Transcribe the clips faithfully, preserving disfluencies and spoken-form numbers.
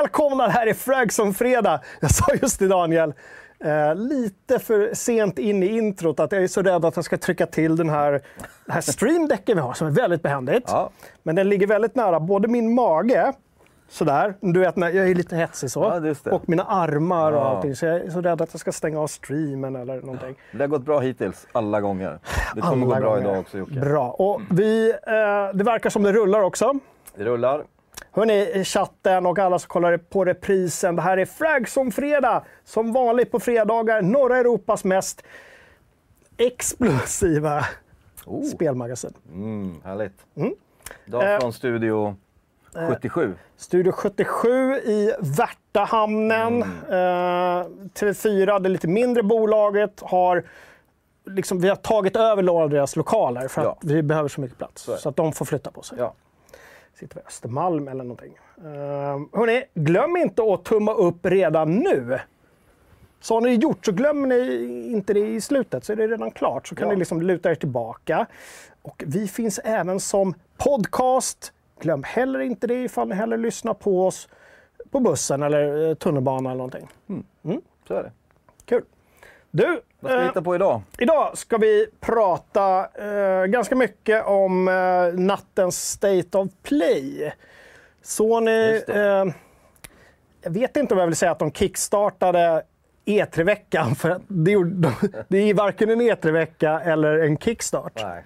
välkomna, här är Fragson fredag. Jag sa just till Daniel, eh, lite för sent in i introt, att jag är så rädd att jag ska trycka till den här, den här streamdecken vi har, som är väldigt behändigt. Ja. Men den ligger väldigt nära både min mage, sådär, du vet, jag är lite hetsig så, ja, och mina armar och ja. allting, så jag är så rädd att jag ska stänga av streamen eller någonting. Det har gått bra hittills, alla gånger. Det kommer alla gå bra gånger. Idag också, Jocke. Bra, och vi, eh, det verkar som det rullar också. Det rullar. Hörrni, i chatten och alla som kollar på reprisen, det här är Fragson fredag, som vanligt på fredagar, norra Europas mest explosiva oh. spelmagasin. Mm, härligt. Mm. Idag från eh, Studio sjuttiosju. Studio sjuttiosju i Värtahamnen. Mm. Eh, T V fyra, det lite mindre bolaget, har liksom, vi har tagit över några av deras lokaler för ja. att vi behöver så mycket plats. Så, så att de får flytta på sig. Ja. Sitter vid Östermalm eller någonting. Uh, hörrni, glöm inte att tumma upp redan nu. Så har ni gjort så glömmer ni inte det i slutet, så är det redan klart. Så kan ja. ni liksom luta er tillbaka. Och vi finns även som podcast. Glöm heller inte det ifall ni heller lyssnar på oss på bussen eller tunnelbanan eller någonting. Mm. Mm. Så är det. Kul. Du, vad ska vi hitta på idag? Eh, idag ska vi prata eh, ganska mycket om eh, nattens State of Play. Sony, eh, jag vet inte om jag vill säga att de kickstartade E tre-veckan, för det, gjorde, det är varken en E tre-vecka eller en kickstart. Nej.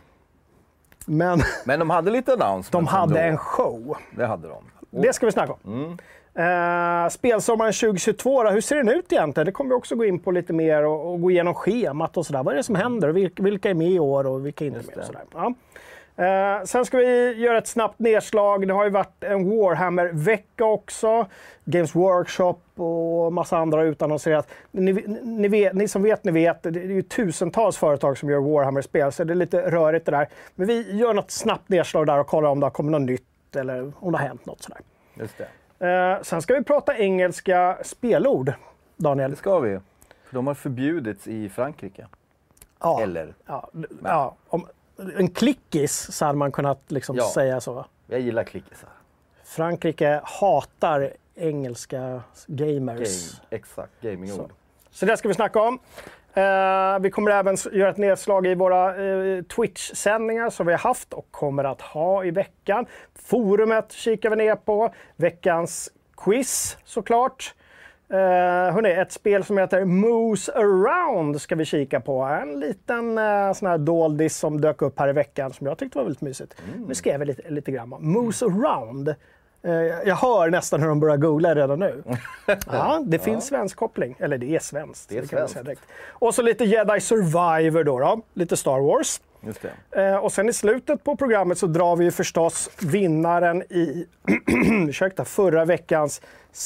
Men, Men de hade lite announcement. De hade en show. Det hade de. Oh. Det ska vi snacka om. Mm. Uh, spelsommaren tjugohundratjugotvå, hur ser den ut egentligen? Det kommer vi också gå in på lite mer och, och gå igenom schemat och sådär. Vad är det som händer? Vilka, vilka är med i år och vilka är inte med? Och sådär. Ja. Uh, sen ska vi göra ett snabbt nedslag. Det har ju varit en Warhammer-vecka också. Games Workshop och massa andra utannonserat. Ni, ni, vet, ni som vet, ni vet. Det är ju tusentals företag som gör Warhammer-spel, så det är lite rörigt det där. Men vi gör något snabbt nedslag där och kollar om det har kommit något nytt eller om det har hänt något sådär. Just det. Uh, sen ska vi prata engelska spelord, Daniel. Det ska vi. För de har förbjudits i Frankrike. Ja. Eller? Ja. ja. Om en klickis så hade man kunnat liksom ja. säga så. Jag gillar klickisar. Frankrike hatar engelska gamers. Game. Exakt, gamingord. Så. så det ska vi snacka om. Uh, vi kommer även göra ett nedslag i våra uh, Twitch-sändningar som vi har haft och kommer att ha i veckan. Forumet kikar vi ner på. Veckans quiz såklart. Uh, hörrni, ett spel som heter Moose Around ska vi kika på. En liten uh, sån här doldis som dök upp här i veckan som jag tyckte var väldigt mysigt. Mm. Nu skrev jag lite, lite grann om Moose Around. Uh, jag hör nästan hur de börjar googla redan nu. Ja, det finns ja. svensk koppling. Eller det är svenskt. Det är det svenskt. Kan direkt. Och så lite Jedi Survivor då, då. Lite Star Wars. Just det. Uh, och sen i slutet på programmet så drar vi förstås vinnaren i ursäkta, förra veckans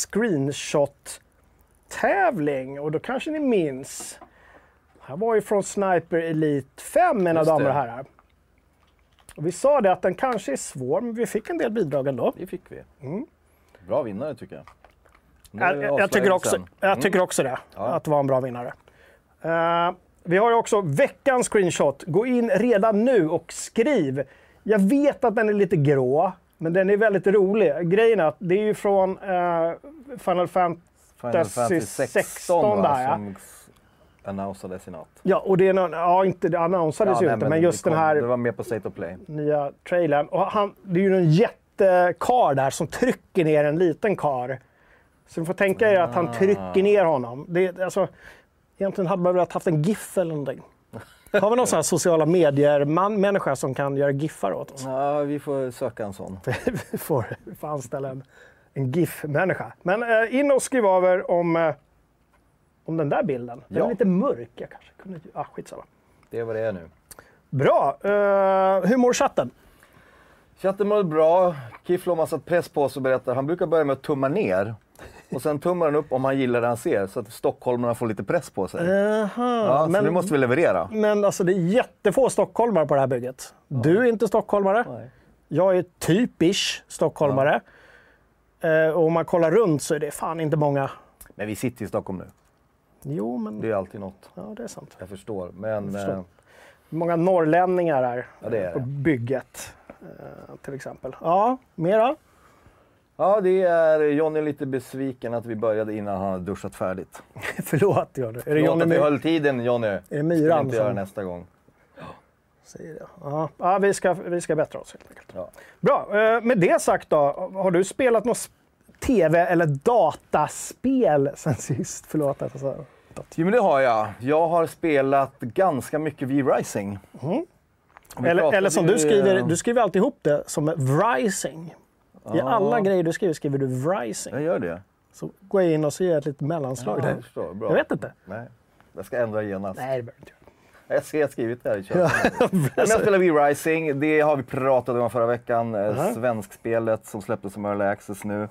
screenshot-tävling. Och då kanske ni minns. Här var ju från Sniper Elite fem, mina damer och herrar. Och vi sa det att den kanske är svår, men vi fick en del bidrag ändå. Det fick vi. Mm. Bra vinnare tycker jag. Jag, jag, tycker, också, mm. jag tycker också det, ja. att det var en bra vinnare. Uh, vi har ju också veckans screenshot. Gå in redan nu och skriv. Jag vet att den är lite grå, men den är väldigt rolig. Grejen är att det är ju från uh, Final Fantasy sexton där, ja. Som annonsades i natt. Ja, och det är någon, ja, inte det annonsades ja, ju nej, inte, men, men just kom, den här det var med på State of Play. Nya trailern. Och han, det är ju en jättekar där som trycker ner en liten kar. Så ni får tänka er att han trycker ner honom. Det, alltså, egentligen hade man velat haft en GIF eller någonting. Har vi någon sån här sociala medier-människa som kan göra giffar åt oss? Ja, vi får söka en sån. vi, får, vi får anställa en, en GIF-människa. Men äh, in och skriv över om, äh, om den där bilden. Den ja. är lite mörk. Jag kanske kunde... Ah, skitsamma. Det är vad det är nu. Bra. Uh, hur mår chatten? Chatten mår bra. Kiflo har massa press på oss och berättar. Han brukar börja med att tumma ner. Och sen tummar han upp om han gillar det han ser. Så att stockholmarna får lite press på sig. Aha, ja, men, så nu måste vi leverera. Men alltså det är jättefå stockholmare på det här bygget. Ja. Du är inte stockholmare. Nej. Jag är typisch stockholmare. Ja. Uh, och om man kollar runt så är det fan inte många. Men vi sitter i Stockholm nu. Jo, men... Det är alltid något. Ja, det är sant. Jag förstår. Men... Jag förstår. Eh... Många norrlänningar här ja, det är på det. bygget. Uh, till exempel. Ja, mera? Ja, det är Johnny är lite besviken att vi började innan han hade duschat färdigt. Förlåt Johnny. Är det Förlåt Johnny att vi höll tiden, Johnny. Är det Myran ska inte som... göra nästa gång. Säger det. Ja, ja vi, ska, vi ska bättra oss helt enkelt. Ja. Bra, med det sagt då. Har du spelat något tv- eller dataspel sen sist? Förlåt att jag sa. Jo, men det har jag. Jag har spelat ganska mycket V-Rising. Mm. Eller, eller som ju... du skriver, du skriver alltid ihop det som Vrising. I ja. alla grejer du skriver skriver du Vrising. Jag gör det. Så går jag in och så ger jag ett litet mellanslag ja, där. Jag, förstår, bra. Jag vet inte. Nej, jag ska ändra genast. Nej, det behöver inte jag. Jag ser jag har skrivit det här i köpet. Jag spelar V-Rising, det har vi pratat om förra veckan. Uh-huh. Svenskspelet som släpptes som Early Access nu.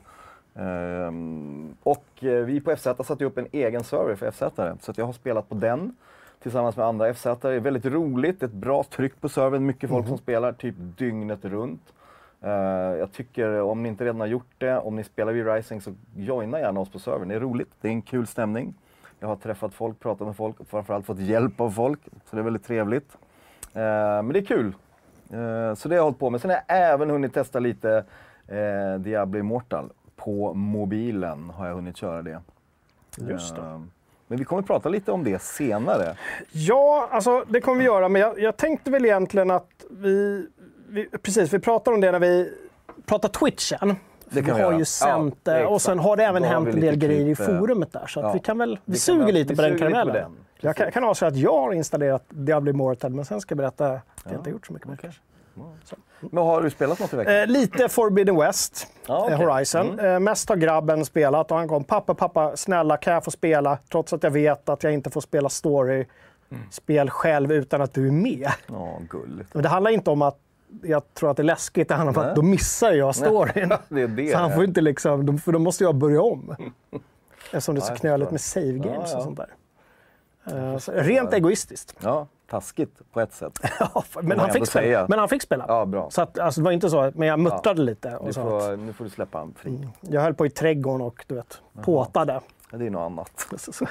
Um, och vi på F Z satte upp en egen server för F Z-are. Så att jag har spelat på den tillsammans med andra F Z-are. Det är väldigt roligt, ett bra tryck på servern, mycket folk mm. som spelar typ dygnet runt. Uh, jag tycker, om ni inte redan har gjort det, om ni spelar V-Rising så joina gärna oss på servern. Det är roligt, det är en kul stämning. Jag har träffat folk, pratat med folk och framförallt fått hjälp av folk. Så det är väldigt trevligt. Uh, men det är kul. Uh, så det har jag hållit på med. Sen har jag även hunnit testa lite uh, Diablo Immortal. På mobilen har jag hunnit köra det. Just det. Uh, men vi kommer att prata lite om det senare. Ja, alltså det kommer vi göra. Men jag, jag tänkte väl egentligen att vi... Vi, precis, vi pratar om det när vi pratar Twitchen. Det kan vi vi har göra. ju sänt ja, och sen har det även Då hänt en del grejer i forumet där. Så att ja. vi kan väl, vi, vi suger kan, lite vi på den karamellen. Den. Jag kan, kan avslöja att jag har installerat Diablo Immortal, men sen ska jag berätta att jag ja. inte har gjort så mycket. Okay. Så. Men har du spelat något i veckan? Eh, lite Forbidden West, ah, okay. eh, Horizon. Mm. Eh, mest har grabben spelat och han kom, pappa, pappa, snälla kan jag få spela? Trots att jag vet att jag inte får spela story. Mm. Spel själv utan att du är med. Ja, gulligt. Men det handlar inte om att jag tror att det är läskigt, det handlar om att då missar jag storyn. det är det, så han får inte liksom, för då måste jag börja om. Eftersom det är så ja, knöligt med save games ja, ja. och sånt där. Uh, så, rent egoistiskt. Ja, taskigt på ett sätt. ja, men, han fick spela. men han fick spela. Ja, bra. Så att, alltså, det var inte så, men jag muttrade ja. lite. Och du så får, att, nu får du släppa han fri. Mm. Jag höll på i trädgården och du vet, Aha. påtade. Ja, det är något annat.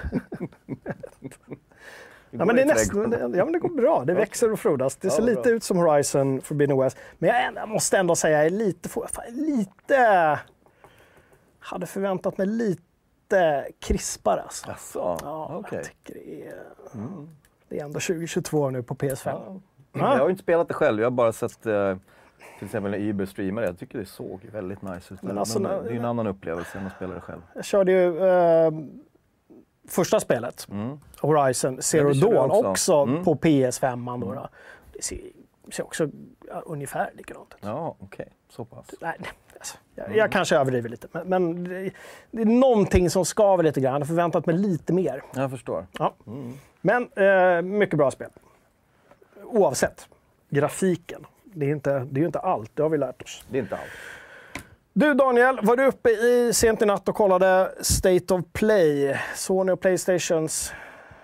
Ja men, det är nästan, ja, men det går bra. Det växer och frodas. Det ser ja, lite bra. ut som Horizon Forbidden West. Men jag, jag måste ändå säga att jag är lite... Fan, lite hade förväntat mig lite krispare. Alltså. Jaså, ja, okay. jag tycker det är... Mm. Det är ändå tjugo tjugotvå nu på P S fem. Ja. Ja. Jag har ju inte spelat det själv. Jag har bara sett eh, till exempel när Iber streamade. Jag tycker det såg väldigt nice ut. Men alltså, men det är ju en annan upplevelse än att spela det själv. Jag körde ju... Eh, första spelet, mm. Horizon Zero Dawn, också, också mm. på P S fem. Då, då. Det ser, ser också ja, ungefär likadant ut. Ja, okej. Okay. Så pass. Nej, alltså, jag, mm. jag kanske överdriver lite, men, men det, det är någonting som skaver lite grann. Jag har förväntat mig lite mer. Jag förstår. Ja. Mm. Men eh, mycket bra spel. Oavsett grafiken. Det är, inte, det är ju inte allt, det har vi lärt oss. Det är inte allt. Du Daniel, var du uppe i sent i natt och kollade State of Play, Sony och Playstations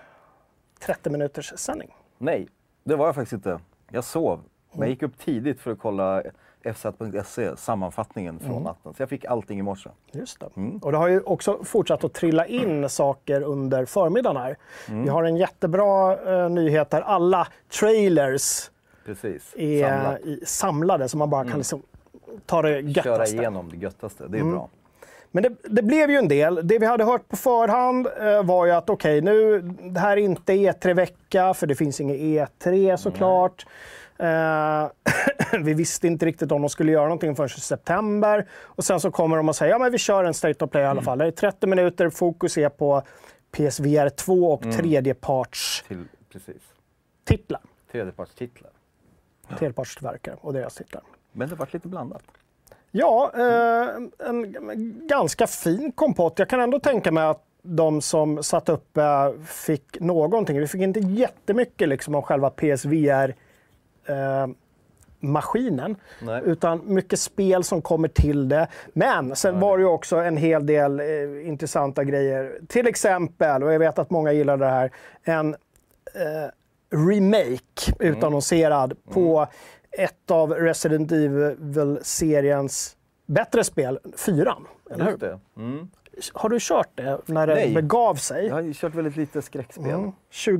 trettio minuters sändning? Nej, det var jag faktiskt inte. Jag sov. Men jag gick upp tidigt för att kolla F Z punkt se, sammanfattningen från mm. natten. Så jag fick allting i morse. Just det. Mm. Och det har ju också fortsatt att trilla in saker under förmiddagen här. Mm. Vi har en jättebra uh, nyhet här. Alla trailers Precis. är Samlat. i, samlade, så man bara mm. kan liksom ta det göttaste. Köra igenom det göttaste, det är mm. bra. Men det, det blev ju en del. Det vi hade hört på förhand eh, var ju att okej, okay, nu, det här är inte E tre-vecka, för det finns inget E tre såklart. Eh, vi visste inte riktigt om de skulle göra någonting förrän i september. Och sen så kommer de och säger, ja men vi kör en State of Play i alla fall. Det är trettio minuter, fokus är på P S V R två och mm. tredjeparts Till, precis. titlar. Tredjepartstitlar. Tredjepartstillverkare och deras titlar. Men det var lite blandat. Ja, eh, en ganska fin kompott. Jag kan ändå tänka mig att de som satt upp eh, fick någonting. Vi fick inte jättemycket liksom om själva P S V R-maskinen. Eh, utan mycket spel som kommer till det. Men sen ja, var det ju också en hel del eh, intressanta grejer. Till exempel, och jag vet att många gillar det här, en eh, remake mm. utannonserad mm. på ett av Resident Evil-seriens bättre spel, fyran. Eller hur? Det. Mm. Har du kört det när det Nej. begav sig? Jag har kört väldigt lite skräckspel. Mm.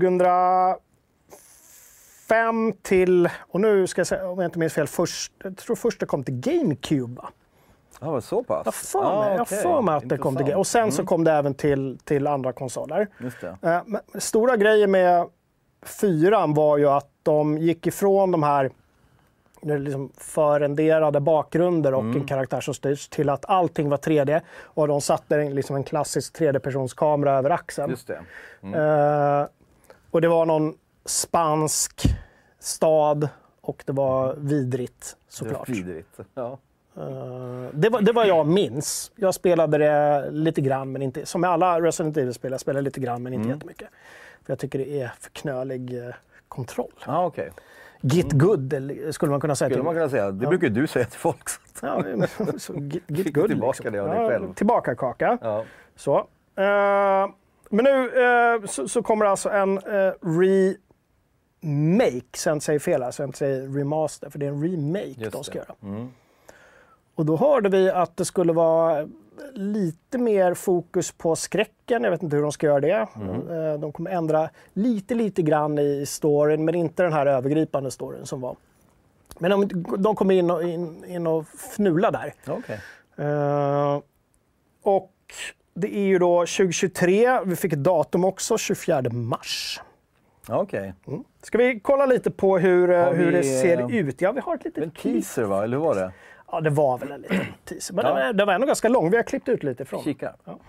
tjugohundrafem till, och nu ska jag säga, om jag inte minns fel, först, jag tror först det kom till GameCube. Ja, var så pass? Jag för mig, ah, okay. jag för mig att det kom till. Och sen mm. så kom det även till, till andra konsoler. Just det. Eh, men stora grejer med fyran var ju att de gick ifrån de här liksom förrenderade bakgrunder och mm. en karaktär som styrs till att allting var tre D. Och de satte liksom en klassisk tredjepersonskamera över axeln. Just det. Mm. Eh, och det var någon spansk stad och det var vidrigt såklart. Det var vidrigt, ja. Uh, det, var, det var jag minns. Jag spelade det lite grann, men inte... Som med alla Resident Evil-spel, jag spelade lite grann, men inte mm. jättemycket. För jag tycker det är för knölig uh, kontroll. Ah, okay. Git mm. good, skulle man kunna säga. Skulle man kunna säga. Det ja. brukar du säga till folk. Ja, så git, git good. Tillbaka liksom. det av dig själv. Ja, tillbaka kaka. Ja. Så. Uh, men nu uh, så, så kommer alltså en uh, remake, så jag inte säger fel här, så jag inte säger remaster, för det är en remake Just de ska det. göra. Mm. Och då hörde vi att det skulle vara lite mer fokus på skräcken. Jag vet inte hur de ska göra det. Mm. De kommer ändra lite, lite grann i storyn, men inte den här övergripande storyn som var. Men de, de kommer in och, in, in och fnula där. Okay. Uh, och det är ju då tjugohundratjugotre. Vi fick ett datum också, tjugofjärde mars. Okej. Okay. Mm. Ska vi kolla lite på hur, hur vi, det ser ut? Ja, vi har ett litet en teaser, va? Eller hur var det? Ja, det var väl en liten teaser. Men ja. den, var, den var ändå ganska lång. Vi har klippt ut lite ifrån. Kika. Ja.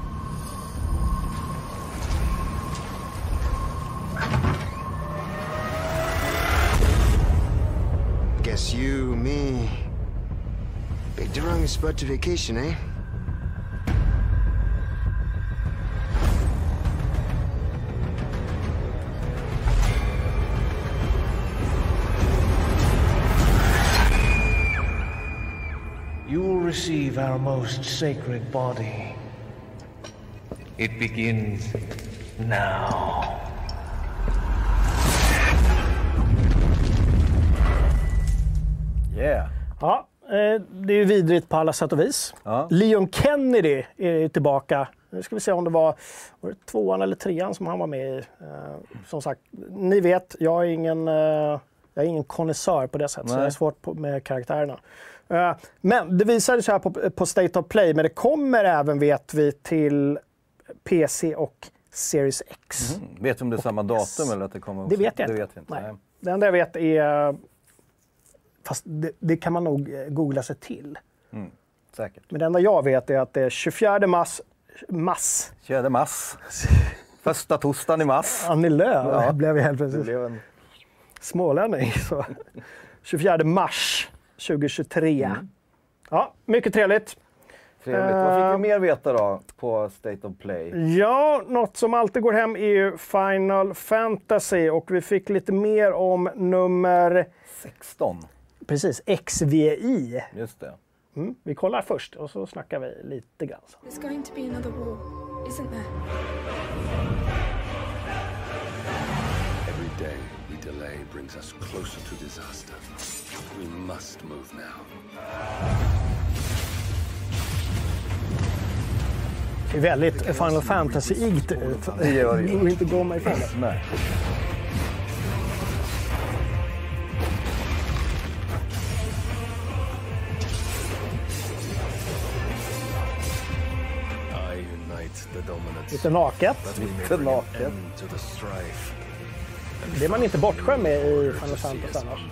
Guess you, me, picked the wrong spot to vacation, eh? You will receive our most sacred body. It begins now. Yeah. Ja, det är ju vidrigt på alla sätt och vis. Ja. Leon Kennedy är tillbaka. Nu ska vi se om det var, var det tvåan eller trean som han var med i. Som sagt, ni vet, jag är ingen, jag är ingen konnässör på det sättet, Nej. så det är svårt på, med karaktärerna. Men det visade sig här på, på State of Play, men det kommer även, vet vi, till P C och Series X. Mm. Vet du om det är samma datum eller att det kommer? Det vet jag det inte. Vet vi inte. Nej. Nej. Det enda jag vet är, fast det, det kan man nog googla sig till. Mm. Säkert. Men det enda jag vet är att det är tjugofjärde mars. Mass. tjugofjärde mars. Första torsdagen i mars. Annie Lööf ja. blev jag helt precis. Blev en... Smålänning. Så. tjugofjärde mars tjugohundratjugotre. Mm. Ja, mycket trevligt. Trevligt. Uh, Vad fick vi mer veta då på State of Play? Ja, något som alltid går hem är ju Final Fantasy. Och vi fick lite mer om nummer... sexton. Precis, X V I. Just det. Mm, vi kollar först och så snackar vi lite grann. There's going to be another war, isn't there? Every day we delay brings us closer to disaster. We must move now. Det är väldigt Final Fantasy-igt ut. Det gör det ju. Det inte gå mig ifrån det. Nej. Lite naket. Lite naket. Det är man inte bortskämd med i Final Fantasy annars.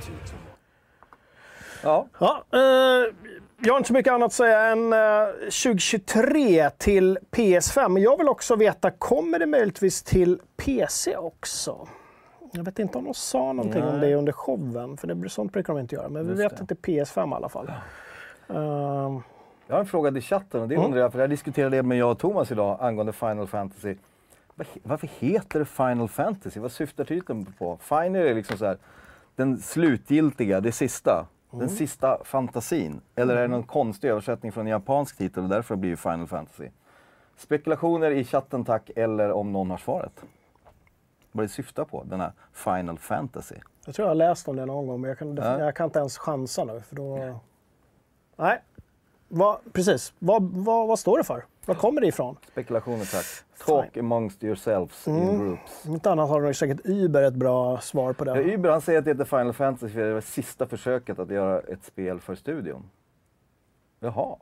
Ja. ja eh, jag har inte så mycket annat att säga än eh, tjugohundratjugotre till P S fem. Men jag vill också veta, kommer det möjligtvis till P C också? Jag vet inte om de sa någonting Nej. om det under showen. För det, sånt brukar de inte göra. Men vi Just vet det. att det är P S fem i alla fall. Ja. Uh, Jag har en fråga i chatten och det undrar jag, för jag diskuterade det med jag och Thomas idag angående Final Fantasy. Varför heter det Final Fantasy? Vad syftar titeln på? Final är liksom så här, den slutgiltiga, det sista. Mm. Den sista fantasin. Eller är det någon konstig översättning från en japansk titel och därför blir det Final Fantasy? Spekulationer i chatten tack, eller om någon har svaret. Vad det syftar på, den här Final Fantasy. Jag tror jag har läst om det någon gång, men jag kan, ja. jag kan inte ens chansa nu. För då... Nej. Vad, precis. Vad, vad, vad står det för? Var kommer det ifrån? Spekulationer tack. Talk Fine. amongst yourselves mm. in groups. Inte annat har nog säkert Uber ett bra svar på det. Ja, Uber han säger att det heter Final Fantasy för det var sista försöket att göra ett spel för studion. Jaha.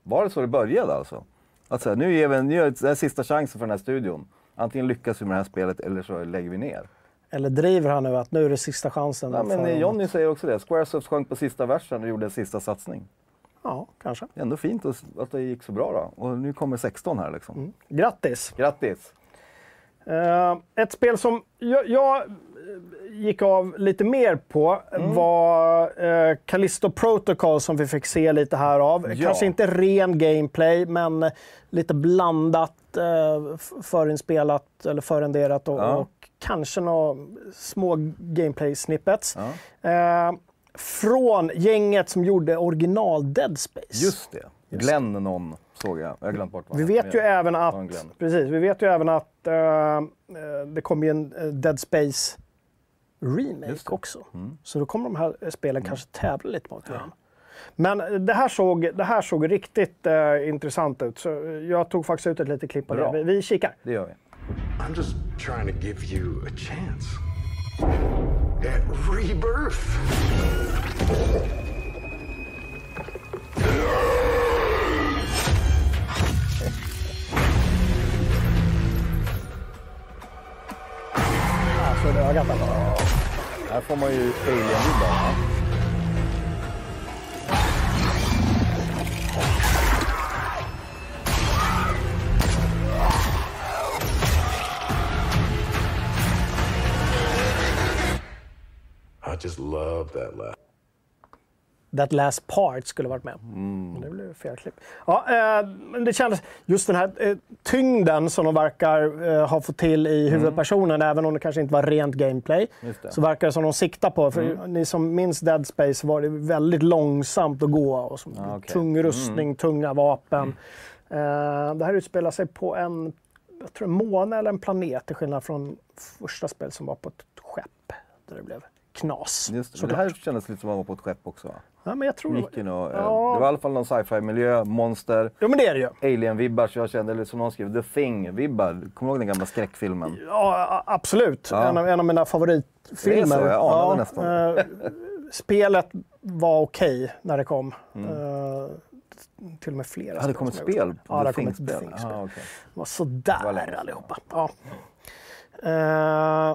Var det så det började alltså? Att säga, nu ger vi en, nu är det sista chansen för den här studion. Antingen lyckas vi med det här spelet eller så lägger vi ner. Eller driver han nu att nu är det sista chansen? Ja, men Johnny säger också det. Squaresoft sjönk på sista versen och gjorde en sista satsning. Ja, kanske. Det är ändå fint att det gick så bra då. Och nu kommer sexton här liksom. Mm. Grattis! Grattis! Uh, ett spel som jag, jag gick av lite mer på mm. var uh, Callisto Protocol som vi fick se lite här av. Ja. Kanske inte ren gameplay, men lite blandat, uh, förinspelat eller förenderat och, ja. och kanske några små gameplay-snippets. Ja. Uh, från gänget som gjorde original Dead Space. Just det. Just Glenn det. någon såg jag. Jag har glömt bort vad vi vet ju även att precis, vi vet ju även att uh, det kommer ju en uh, Dead Space remake också. Mm. Så då kommer de här spelen mm. kanske tävla lite mot varandra. Men det här såg, det här såg riktigt uh, intressant ut. Så jag tog faktiskt ut ett litet klipp av det. Vi, vi kikar. Det gör vi. I'm just trying to give you a chance at rebirth. Så det ögat alltså. Här får man ju alien-vibbar. I just love that last. That last part skulle varit med. Mm. Det blev fel klipp. Ja, eh, det kändes just den här eh, tyngden som de verkar eh, ha fått till i huvudpersonen, mm. även om det kanske inte var rent gameplay, så verkar det som de siktar på. För mm. ni som minns Dead Space var det väldigt långsamt att gå och som ah, okay. tung rustning, mm. tunga vapen. Mm. Eh, det här utspelar sig på en, jag tror en måne eller en planet, till skillnad från första spel som var på ett skepp där det blev knas. Just det, det här kändes lite som att man var på ett skepp också. Ja, men jag tror det var... Och, ja. Det var i alla fall någon sci-fi-miljö, monster, ja, men det är det ju. Alien-vibbar, så jag kände, eller som någon skrev, The Thing-vibbar. Kommer du ihåg den gamla skräckfilmen? Ja, absolut. Ja. En, av, en av mina favoritfilmer. Det är så, jag anade ja, nästan. Äh, spelet var okej okay när det kom. Mm. Uh, till och med flera. Ja, det kom ett spel? Ja, det kom ett spel. Ah, okay. Det var sådär det var allihopa. Ja. Uh,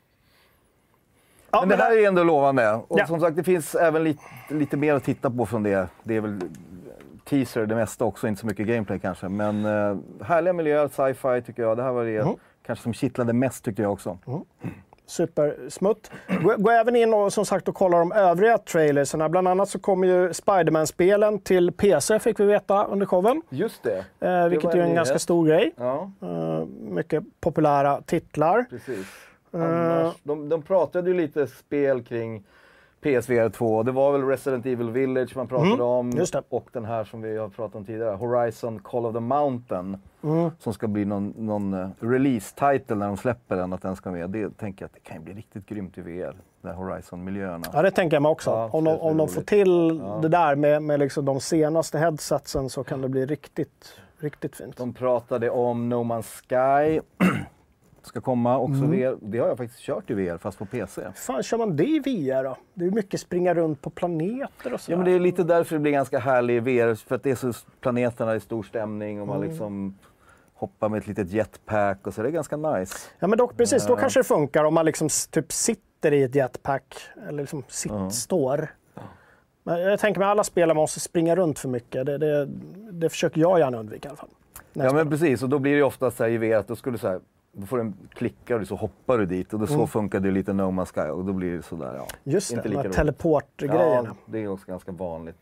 Ja, men, men det här är ändå lovande. Och ja. som sagt, det finns även lite, lite mer att titta på från det. Det är väl teaser det mesta också, inte så mycket gameplay kanske. Men uh, härliga miljöer, sci-fi tycker jag. Det här var det mm. kanske som kittlade mest tyckte jag också. Mm. Supersmutt. Gå, gå även in och som sagt och kolla de övriga trailerserna. Bland annat så kommer ju Spider-Man-spelen till P C, fick vi veta under showen. Just det. Eh, vilket det är en nyhet. Ganska stor grej. Ja. Eh, mycket populära titlar. Precis. Annars, de, de pratade ju lite spel kring P S V R två. Det var väl Resident Evil Village man pratade mm, om. Just det. Och den här som vi har pratat om tidigare, Horizon Call of the Mountain. Mm. Som ska bli någon, någon release-title när de släpper den, att den ska med. Det tänker jag att det kan bli riktigt grymt i V R. De här Horizon-miljöerna. Ja, det tänker jag mig också. Ja, om de, om de får till ja. det där med, med liksom de senaste headsetsen så kan det bli riktigt, riktigt fint. De pratade om No Man's Sky. Ska komma också mm. V R. Det har jag faktiskt kört i V R, fast på P C. Fan, kör man det i V R då? Det är mycket springa runt på planeter och så. Ja, men det är lite därför det blir ganska härlig i V R. För att det är så planeterna i stor stämning och man mm. liksom hoppar med ett litet jetpack och så. Det är ganska nice. Ja, men dock, precis. Då uh. kanske det funkar om man liksom typ sitter i ett jetpack. Eller liksom sitt, uh. står. Uh. Men jag tänker mig alla spelare måste springa runt för mycket. Det, det, det försöker jag gärna undvika i alla fall. Ja, men precis. Och då blir det ofta så här i V R att då skulle så här, då får en klicka och så hoppar du dit och då så mm. funkar det lite No Man's Sky och då blir det sådär, ja. Just inte det, lika de här teleportgrejerna. Ja, det är också ganska vanligt.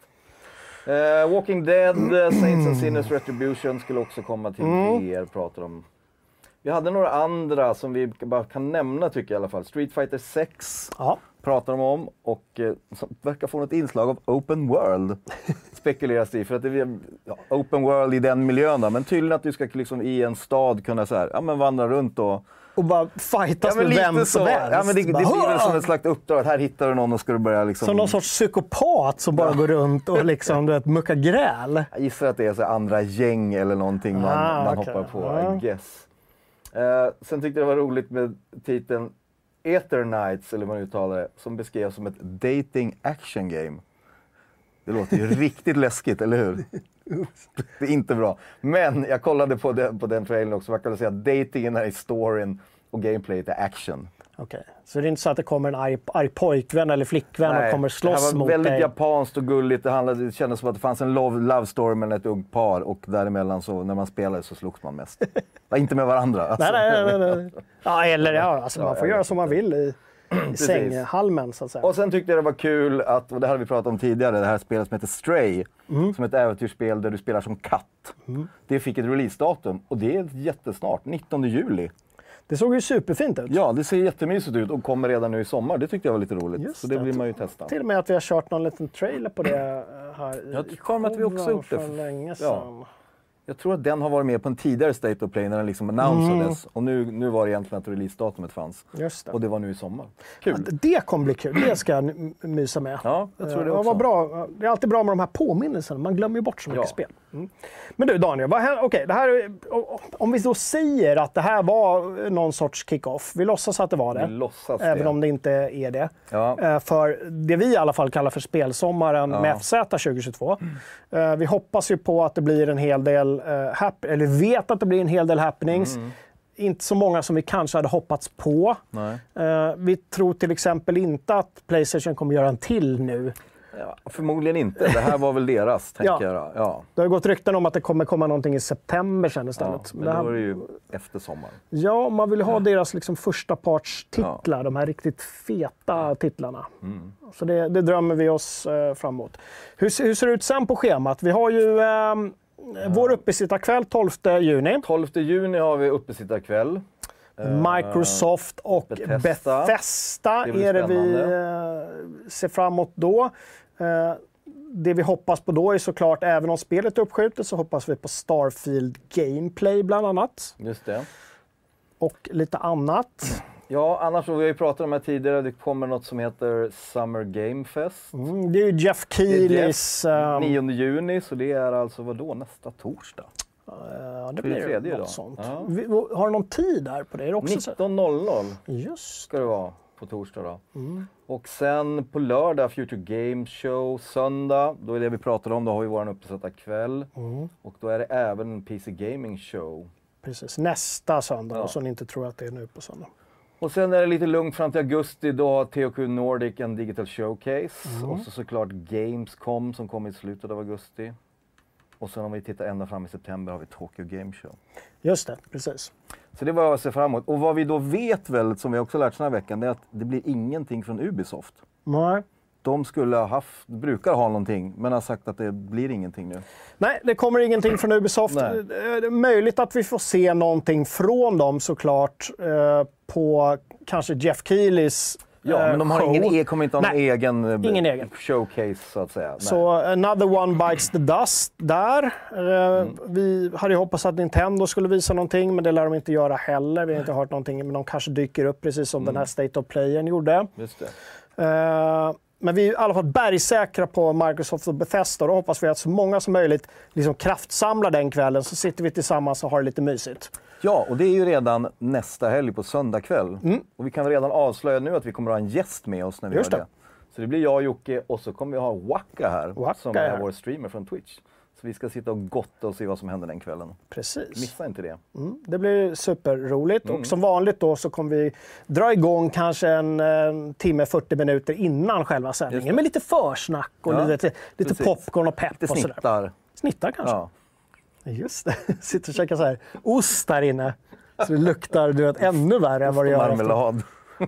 Uh, Walking Dead, uh, Saints and Sinners Retribution skulle också komma till mm. V R, pratar om. Vi hade några andra som vi bara kan nämna tycker jag i alla fall. Street Fighter sex ja. pratar de om och uh, som verkar få något inslag av Open World. Spekuleras i, för att det är ja, Open World i den miljön då, men tydligen att du ska liksom i en stad kunna så här, ja men vandra runt och och bara fightas ja, med vem som helst. Ja, men det, det blir väl som ett slags uppdrag att här hittar du någon och ska du börja liksom... Som någon sorts psykopat som bara ja. går runt och liksom, du vet, muckar gräl. Jag gissar att det är så andra gäng eller någonting man, ah, man okay. hoppar på, ah. I guess. Uh, sen tyckte jag det var roligt med titeln Ether Knights, eller vad man uttalar det, som beskrevs som ett dating action game. Det låter ju riktigt läskigt, eller hur? Det är inte bra. Men jag kollade på den, på den trailern också. Man kan säga att datingen är storyn och gameplayet är action. Okej, okay. Så det är inte så att det kommer en arg, arg pojkvän eller flickvän Nej, och kommer slåss mot dig? Det var väldigt dig. japanskt och gulligt. Det, handlade, det kändes som att det fanns en love, love story mellan ett ungt par och däremellan så när man spelade så slogs man mest. Ja, inte med varandra. Alltså. Nej, nej, nej, nej. Ja, eller ja, alltså, ja, man får göra som man vill i, i sänghalmen så att säga. Och sen tyckte jag det var kul att, och det hade vi pratat om tidigare, det här spelet som heter Stray, mm. som är ett äventyrsspel där du spelar som katt. Mm. Det fick ett releasedatum och det är jättesnart, nittonde juli. Det såg ju superfint ut. Ja, det ser jättemysigt ut och kommer redan nu i sommar. Det tyckte jag var lite roligt. Just så det, det vill man ju testa. Till och med att vi har kört någon liten trailer på det här i Jag tror att vi också gjort det. För länge sedan. Ja. Jag tror att den har varit med på en tidigare State of Play när den liksom annonserades. Mm. Och nu, nu var det egentligen att releasedatumet fanns. Just det. Och det var nu i sommar. Kul. Ja, det kommer bli kul. Det ska jag mysa med. Ja, jag tror det också. Ja, vad bra. Det är alltid bra med de här påminnelserna. Man glömmer ju bort så mycket ja. spel. Mm. Men du Daniel, vad händer? Okej, det här, om vi då säger att det här var någon sorts kick-off. Vi låtsas att det var det. Vi låtsas det. Även om det inte är det. Ja. För det vi i alla fall kallar för spelsommaren ja. med F Z tjugohundratjugotvå. Mm. Vi hoppas ju på att det blir en hel del happ- eller vet att det blir en hel del happenings. Mm. Inte så många som vi kanske hade hoppats på. Nej. Vi tror till exempel inte att PlayStation kommer göra en till nu. Ja, förmodligen inte. Det här var väl deras, tänker ja. jag. Ja. Det har gått rykten om att det kommer komma någonting i september sen istället. Ja, men det här... då är det ju efter sommaren. Ja, man vill ha deras liksom första partstitlar. Ja. De här riktigt feta titlarna. Mm. Så det, det drömmer vi oss eh, framåt. Hur, hur ser det ut sen på schemat? Vi har ju eh, ja. vår uppesittarkväll tolfte juni. tolfte juni har vi uppesittarkväll. Microsoft och Bethesda, Bethesda det är det vi eh, ser framåt då. Eh, det vi hoppas på då är såklart, även om spelet är uppskjutet, så hoppas vi på Starfield Gameplay bland annat. Just det. Och lite annat. Ja, annars har vi ju pratat om det här tidigare. Det kommer något som heter Summer Game Fest. Mm, det är ju Jeff Keelys... Um... nionde juni, så det är alltså vad då? Nästa torsdag? Ja, det blir det något sånt. Ja. Vi, har du någon tid där på det? Är det också nitton noll noll Just ska det vara på torsdag då. Mm. Och sen på lördag Future Game Show, söndag, då är det vi pratar om, då har vi våran uppsatta kväll. Mm. Och då är det även en P C Gaming Show. Precis, nästa söndag, ja. så ni inte tror att det är nu på söndag. Och sen är det lite lugnt fram till augusti, då har T H Q Nordic en Digital Showcase. Mm. Och så såklart Gamescom som kommer i slutet av augusti. Och sen om vi tittar ända fram i september har vi Tokyo Game Show. Just det, precis. Så det var vad jag ser fram emot. Och vad vi då vet väl, som vi också lärt oss den här veckan, det är att det blir ingenting från Ubisoft. Nej. De skulle ha haft, brukar ha någonting, men har sagt att det blir ingenting nu. Nej, det kommer ingenting från Ubisoft. Nej. Det är möjligt att vi får se någonting från dem såklart eh, på kanske Jeff Keelys Ja, men de har show. ingen, kommer inte ha någon egen, ingen egen showcase så att säga. Så Nej. Another One Bites the Dust där. Mm. Vi hade ju hoppats att Nintendo skulle visa någonting, men det lär de inte göra heller. Vi har inte hört någonting, men de kanske dyker upp precis som mm. den här State of Playen gjorde. Just det. Uh, men vi är i alla fall bergsäkra på Microsoft och Bethesda. Då hoppas vi att så många som möjligt liksom kraftsamlar den kvällen, så sitter vi tillsammans och har det lite mysigt. Ja, och det är ju redan nästa helg på söndag kväll. Mm. Och vi kan redan avslöja nu att vi kommer att ha en gäst med oss när vi Just gör det. det. Så det blir jag och Jocke, och så kommer vi ha Waka här, Waka som är här. vår streamer från Twitch. Så vi ska sitta och gotta och se vad som händer den kvällen. Precis. Missa inte det. Mm. Det blir superroligt. Mm. Och som vanligt då så kommer vi dra igång kanske en, en timme, fyrtio minuter innan själva sändningen. Med lite försnack och ja, lite, lite popcorn och pepp. Lite och snittar. Sådär. Snittar kanske. Ja. Just det. Sitter och käkar så här ost där inne. Så det luktar du vet, ännu värre än vad det gör. Marmelad.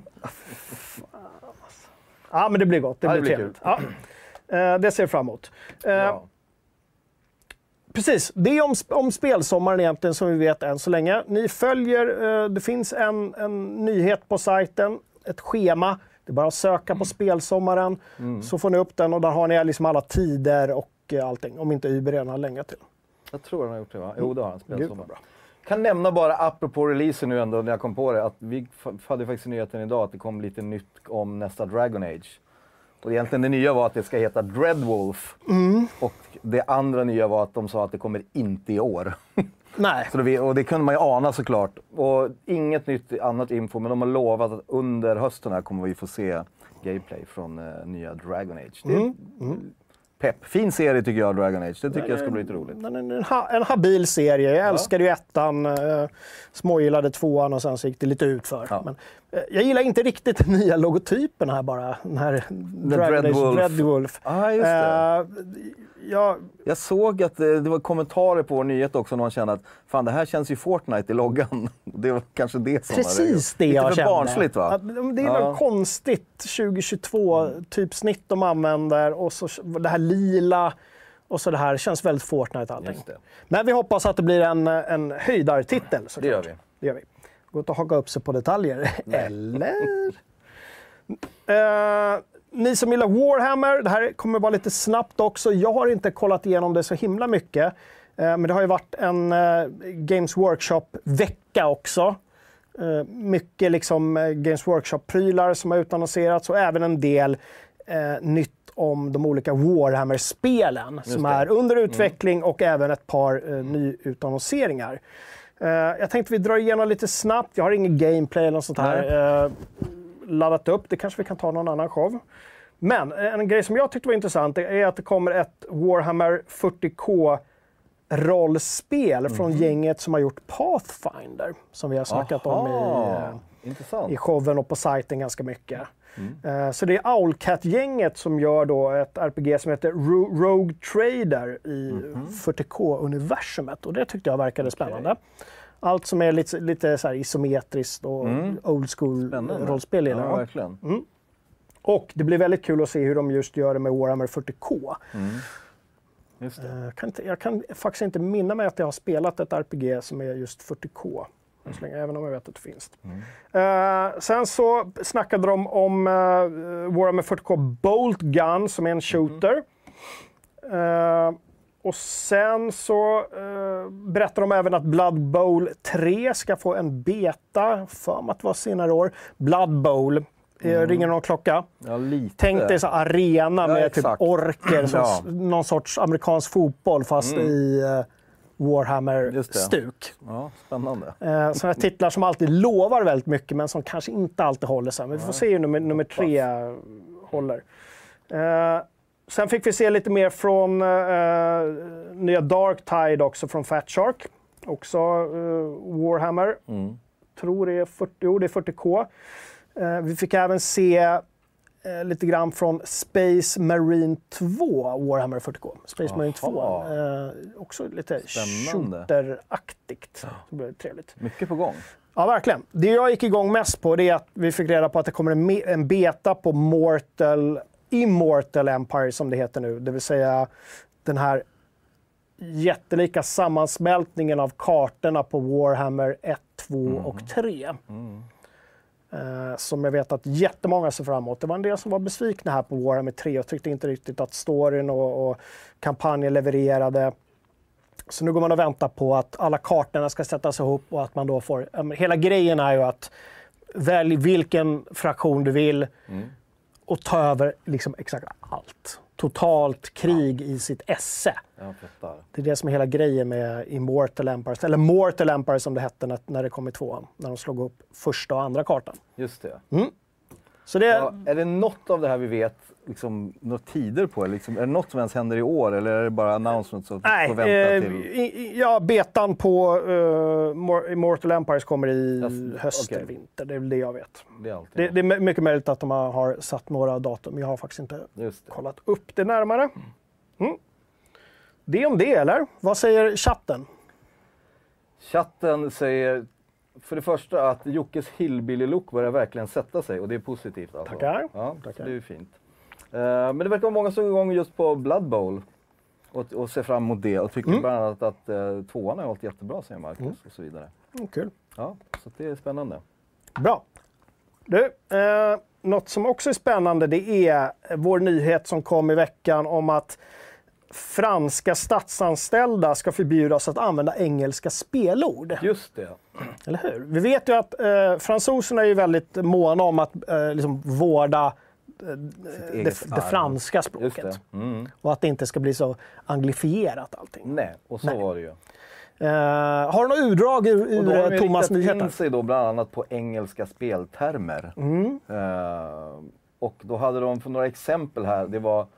Ja, men det blir gott. Det ja, blir, det blir trevligt. Ja. Eh, det ser jag fram emot. Eh, ja. Precis, det är om, om spelsommaren egentligen som vi vet än så länge. Ni följer, eh, det finns en, en nyhet på sajten, ett schema. Det är bara att söka mm. på spelsommaren mm. så får ni upp den, och där har ni liksom alla tider och eh, allting. Om inte Uber redan har länge till. Jag tror han har gjort det, va? Jo, det har han. Spelsommaren. Bra. Kan nämna bara, apropå releasen nu ändå, när jag kom på det, att vi hade faktiskt nyheten idag att det kom lite nytt om nästa Dragon Age. Och egentligen det nya var att det ska heta Dreadwolf. Mm. Och det andra nya var att de sa att det kommer inte i år. Nej. Så det, och det kunde man ju ana såklart. Och inget nytt annat info, men de har lovat att under hösten här kommer vi få se gameplay från uh, nya Dragon Age. Det är mm. Mm. pepp. Fin serie tycker jag, Dragon Age. Det tycker Nej, jag ska bli lite roligt. En, en, en, ha, en habil serie. Jag ja. älskade ju ettan, eh, smågillade tvåan och sen så gick det lite ut för. Ja. Men, eh, jag gillar inte riktigt den nya logotypen här bara. Den här Dragon Age Red Wolf. Ah, just det. Eh, jag, jag såg att det, det var kommentarer på vår nyhet också. Någon kände att fan, det här känns ju Fortnite i loggan. Det var kanske det som Precis var det jag lite för kände. barnsligt, va? Att, det är ja. konstigt tjugohundratjugotvå, mm. typ snitt de använder och så det här lila och så det här känns väldigt Fortnite allting. Men vi hoppas att det blir en, en höjdartitel. Det gör vi. Det gör vi. Gå inte och haka upp sig på detaljer. Eller? uh, Ni som gillar Warhammer, det här kommer vara lite snabbt också. Jag har inte kollat igenom det så himla mycket. Uh, men det har ju varit en uh, Games Workshop-vecka också. Uh, mycket liksom uh, Games Workshop-prylar som har utannonserats och även en del uh, nytt om de olika Warhammer-spelen som är under utveckling mm. och även ett par uh, nyutannonseringar. Uh, jag tänkte vi drar igenom lite snabbt. Jag har ingen gameplay eller något sånt här uh, laddat upp. Det kanske vi kan ta någon annan show. Men en grej som jag tyckte var intressant är att det kommer ett Warhammer fyrtio K rollspel mm. från gänget som har gjort Pathfinder. Som vi har snackat Aha. om i, uh, i showen och på sajten ganska mycket. Mm. Uh, så det är Owlcat-gänget som gör då ett R P G som heter Ro- Rogue Trader i mm. fyrtio K-universumet. Och det tyckte jag verkade okay. spännande. Allt som är lite, lite så här isometriskt och mm. old school-rollspel. Ja, verkligen. Mm. Och det blir väldigt kul att se hur de just gör det med Warhammer fyrtio K. Mm. Just det. Uh, kan inte, jag kan faktiskt inte minna mig att jag har spelat ett R P G som är just fyrtio K. Mm. Länge, även om jag vet att det finns. Mm. Uh, sen så snackade de om uh, Warhammer fyrtio K Bolt Gun som är en shooter. Mm. Uh, och sen så uh, berättar de även att Blood Bowl tre ska få en beta, för mig att det var senare år. Blood Bowl. Mm. Ringer någon klocka? Ja, lite. Tänk dig så arena ja, med typ orker, som ja. någon sorts amerikansk fotboll fast mm. i uh, Warhammer-stuk. Ja, spännande. Uh, sådana titlar som alltid lovar väldigt mycket men som kanske inte alltid håller sig. Men vi får se hur nummer, nummer tre uh, håller. Uh, sen fick vi se lite mer från uh, nya Dark Tide också från Fat Shark. Också uh, Warhammer. Mm. Tror det är fyrtio, jo, det är fyrtio K. Uh, vi fick även se uh, lite grann från Space Marine två, Warhammer fyrtio K. Space Aha. Marine två. Uh, också lite shooteraktigt. Ja. Så blev det trevligt. Mycket på gång. Ja, verkligen. Det jag gick igång mest på det är att vi fick reda på att det kommer en, me- en beta på Mortal, Immortal Empire som det heter nu. Det vill säga den här jättelika sammansmältningen av kartorna på Warhammer ett, två mm. och tre. Mm. Uh, som jag vet att jättemånga ser fram emot. Det var en del som var besvikna här på Warhammer tre och tyckte inte riktigt att storyn och, och kampanjen levererade. Så nu går man och väntar på att alla kartorna ska sättas ihop och att man då får... Um, hela grejen är ju att välj vilken fraktion du vill mm. och ta över liksom exakt allt. Totalt krig ja. i sitt esse. Det är det som är hela grejen med Immortal Empires, eller Mortal Empire som det hette när, när det kom i tvåan. När de slog upp första och andra kartan. Just det. Mm. Så det... Ja, är det något av det här vi vet, liksom, några tider på? Liksom, är det något som ens händer i år eller är det bara announcements och Nej, får vänta eh, till? I, ja, betan på uh, Immortal Empires kommer i yes, höst okay. eller vinter. Det är väl det jag vet. Det är, det, det är mycket möjligt att de har satt några datum. Jag har faktiskt inte kollat upp det närmare. Mm. Det om det, eller? Vad säger chatten? Chatten säger för det första att Jockes hillbilly-look börjar verkligen sätta sig och det är positivt. Alltså. Tackar. Ja, Tackar. Det är ju fint. Uh, men det verkar vara många som är igång just på Blood Bowl och, och ser fram emot det och tycker mm. bland annat att uh, tvåan har hållit jättebra, säger Marcus mm. och så vidare. Mm, kul. Ja, så det är spännande. Bra. Du, eh, något som också är spännande det är vår nyhet som kom i veckan om att franska statsanställda ska förbjudas att använda engelska spelord. Just det. Eller hur? Vi vet ju att eh, fransoserna är ju väldigt måna om att eh, liksom vårda eh, det, det franska språket. Det. Mm. Och att det inte ska bli så anglifierat allting. Nej, och så Nej. var det ju. Uh, har du några utdrag ur, ur Thomas nyheter? Och då sig då bland annat på engelska speltermer. Mm. Uh, och då hade de för några exempel här. Det var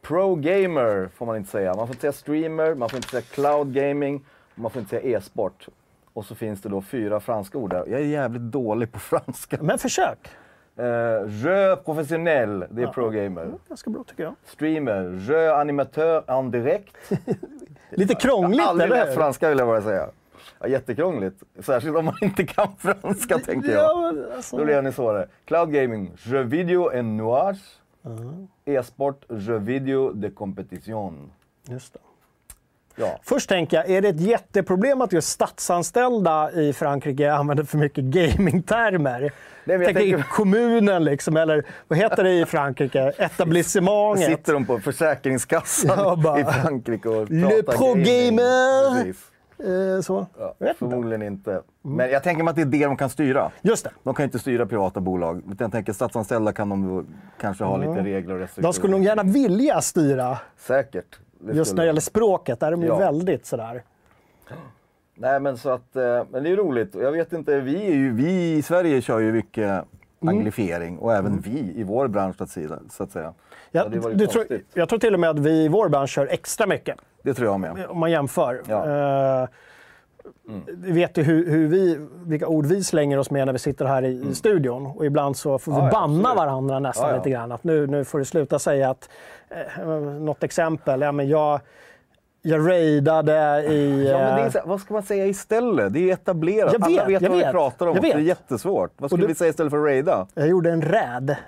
Pro gamer får man inte säga. Man får inte säga streamer, man får inte säga cloud gaming, man får inte säga e-sport. Och så finns det då fyra franska ord där. Jag är jävligt dålig på franska. Men försök. Uh, jeu professionnel, det är ja. pro gamer. Ganska bra tycker jag. Streamer, jeu animateur en direct. Lite krångligt, jag aldrig eller läst franska vill jag bara säga. Ja, jättekrångligt. Särskilt om man inte kan franska, tänker jag. Ja, alltså... Då blir ni svårare. Cloud gaming, jeu video en nuage. Uh-huh. E-sport, jeu video de competition. Just det. Ja. Först tänker jag, är det ett jätteproblem att just statsanställda i Frankrike använder för mycket gamingtermer? Nej, jag tänker kommunen liksom, eller vad heter det i Frankrike? Etablissemanget. Sitter de på försäkringskassan bara, i Frankrike och pratar Le pro gamer! Eh, så. Ja, förmodligen inte. Mm. Men jag tänker mig att det är det de kan styra. Just det. De kan inte styra privata bolag. Jag tänker statsanställda kan de kanske ha mm. lite regler och restriktioner. De skulle nog gärna vilja styra. Säkert. Just när det gäller språket, där är de ju ja. väldigt sådär. Nej, men så att, men det är ju roligt. Jag vet inte, vi, är ju, vi i Sverige kör ju mycket mm. anglifiering och även mm. vi i vår bransch så att säga. Ja, ja, det det tror, jag tror till och med att vi i vår bransch kör extra mycket. Det tror jag med. Om man jämför. Ja. Uh, mm. Vi vet ju hur, hur vi, vilka ord vi slänger oss med när vi sitter här i, mm. i studion. Och ibland så får vi ja, banna ja, varandra nästan ja, ja. lite grann. Att nu, nu får du sluta säga att, eh, något exempel, ja men jag... Jag raidade i... Ja, men det är så, vad ska man säga istället? Det är ju etablerat. Jag vet, alla vet jag vad vet, vi pratar om. Jag vet. Det är jättesvårt. Vad skulle du, vi säga istället för raida? Jag gjorde en räd.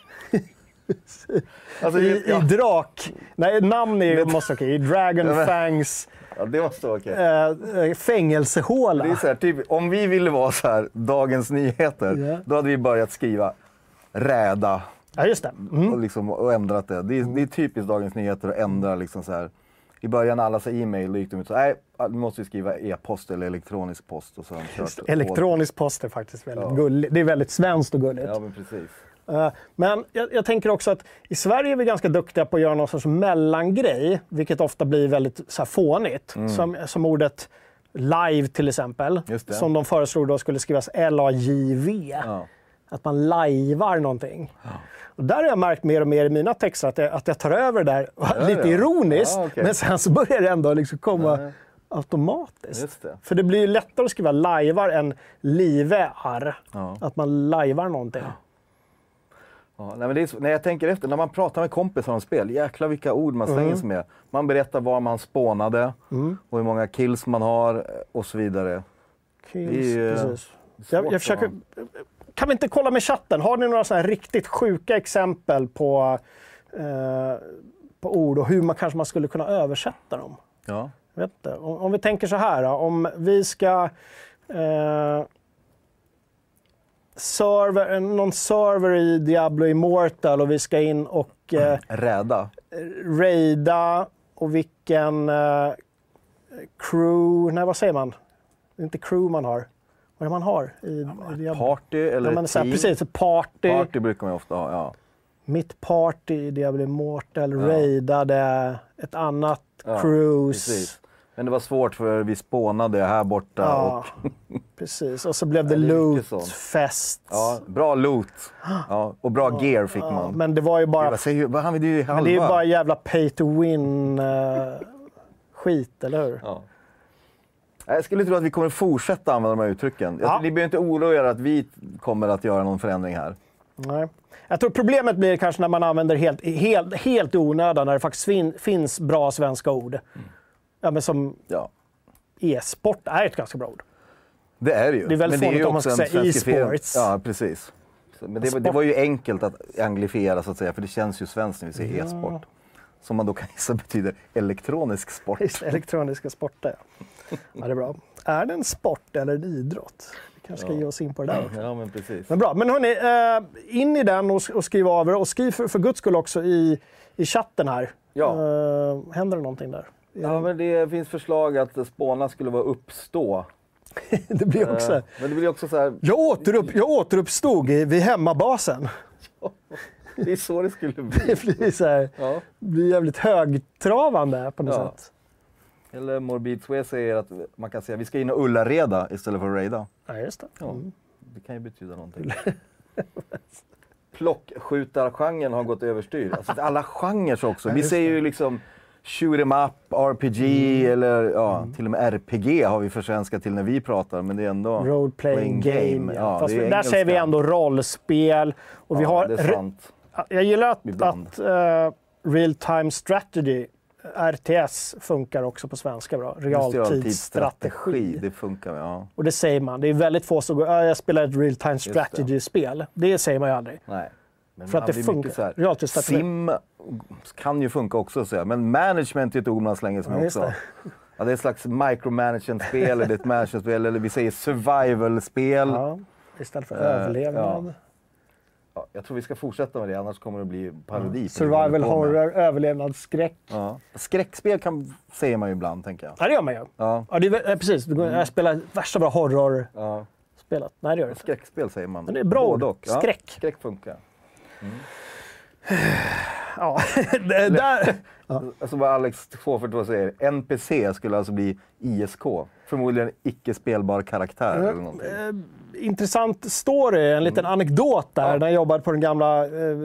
alltså, I, ja. I drak. Nej, namn är ju måste okej. I Dragon ja, Fangs... Ja, det måste vara okej. Äh, fängelsehåla. Det är så här, typ, om vi ville vara så här, Dagens Nyheter, yeah. då hade vi börjat skriva räda. Ja, just det. Mm. Och, liksom, och ändrat det. Det är, det är typiskt Dagens Nyheter att ändra liksom så här. I början alla sa e-mail, då gick de ut så nej, nu måste vi skriva e-post eller elektronisk post. Och så kört elektronisk post är faktiskt väldigt ja. gulligt. Det är väldigt svenskt och gulligt. Ja, men precis. Uh, men jag, jag tänker också att i Sverige är vi ganska duktiga på att göra någon sorts mellangrej, vilket ofta blir väldigt så här, fånigt. Mm. Som, som ordet live till exempel, som de föreslog då skulle skrivas L A J V. Ja. Att man lajvar någonting. Ja. Och där har jag märkt mer och mer i mina texter att jag, att jag tar över det där ja, lite ja. ironiskt, ja, okay. men sen så börjar det ändå liksom komma ja. automatiskt. Just det. För det blir ju lättare att skriva lajvar än livear. Ja. Att man lajvar någonting. Ja. Ja, nej, men det är så, när jag tänker efter, när man pratar med kompisar om spel, jäklar vilka ord man slänger sig med. Man berättar var man spånade mm. och hur många kills man har och så vidare. Kills, är, precis. Jag, jag försöker... Kan vi inte kolla med chatten? Har ni några så här riktigt sjuka exempel på, eh, på ord och hur man kanske man skulle kunna översätta dem? Ja. Jag vet inte. Om, om vi tänker så här då, om vi ska... Eh, server, någon server i Diablo Immortal och vi ska in och... Eh, Räda. Raida och vilken eh, crew... Nej, vad säger man? Det är inte crew man har. Vad är det man har? I, ja, i Diablo? Party eller ja, team? Precis, party. Party brukar man ofta ha, ja. Mitt party i Diablo Immortal ja. raidade ett annat ja, cruise. Precis. Men det var svårt för vi spånade här borta. Ja, och precis. Och så blev det ja, lootfest. Ja, bra loot. Ja, och bra ja, gear fick ja, man. Men det var ju bara... Vad säger, vad, han, det är ju men det är ju bara jävla pay to win uh, skit, eller hur? Ja. Jag skulle tro att vi kommer fortsätta använda de här uttrycken. Ja. Ni behöver inte oroa er att vi kommer att göra någon förändring här. Nej. Jag tror problemet blir kanske när man använder helt, helt, helt i onödan, när det faktiskt fin, finns bra svenska ord. Mm. Ja, men som ja. e-sport är ett ganska bra ord. Det är det ju. Det är väldigt fånigt om man ska säga e-sports. Ja, precis. Men det, det var ju enkelt att anglifiera så att säga, för det känns ju svenskt när vi säger ja. e-sport. Som man då kan gissa betyder elektronisk sport. Just, elektroniska sporter, ja. Ja, det är bra. Är det en sport eller en idrott? Vi kanske ska ja. ge oss in på det där också. Ja, men precis. Men bra. Men hörni, eh, in i den och, och skriv av er. Och skriv för, för guds skull också i, i chatten här. Ja. Eh, händer det någonting där? Ja, men det finns förslag att spåna skulle vara uppstå. det blir också... Eh, men det blir också så här... Jag, återupp, jag återuppstod i, vid hemmabasen. Ja, det är så det skulle bli. det blir så här, ja. blir jävligt högtravande på något ja. sätt. Eller Morbid Swe säger att man kan säga vi ska in och Ullared istället för att raida. Ja, just det. Ja, det kan ju betyda någonting. plockskjutargenren har gått överstyr. Alltså alla genrer också. Vi säger ju liksom shoot 'em up, R P G mm. eller ja, mm. till och med R P G har vi försvenskat till när vi pratar, men det är ändå role playing game. game. Ja, Fast där säger vi ändå rollspel och ja, vi har det är sant. Jag gillar att, att uh, real time strategy R T S funkar också på svenska bra. Realtidsstrategi. Det funkar, ja. Och det säger man. Det är väldigt få som går, jag spelar ett real time strategy-spel. Det. det säger man ju aldrig. Nej. Men för att det funkar. Realtidsstrategi. Sim kan ju funka också, så men management är ett ord man slänger som ja, också. Det. Ja, det är ett slags micromanagement-spel, eller ett management-spel, eller vi säger survival-spel. Ja, istället för uh, överlevnad. Ja. Ja, jag tror vi ska fortsätta med det, annars kommer det bli parodi. Mm. Survival horror, överlevnadsskräck. Ja. Skräckspel kan, säger man ju ibland, tänker jag. Ja, det gör man ju. Ja. Ja, det är, precis. Jag mm. spelar värsta bra horror. Ja. Spelat. Nej, det gör det inte. Skräckspel säger man. Men det är bra ord. Ja. Skräck. Skräck funkar. Mm. Ja, det, där... Ja. Alltså vad Alex två för två säger, N P C skulle alltså bli I S K. Förmodligen icke-spelbar karaktär mm. eller någonting. Eh, intressant story, en liten mm. anekdot där. Ja. När jag jobbade på den gamla eh,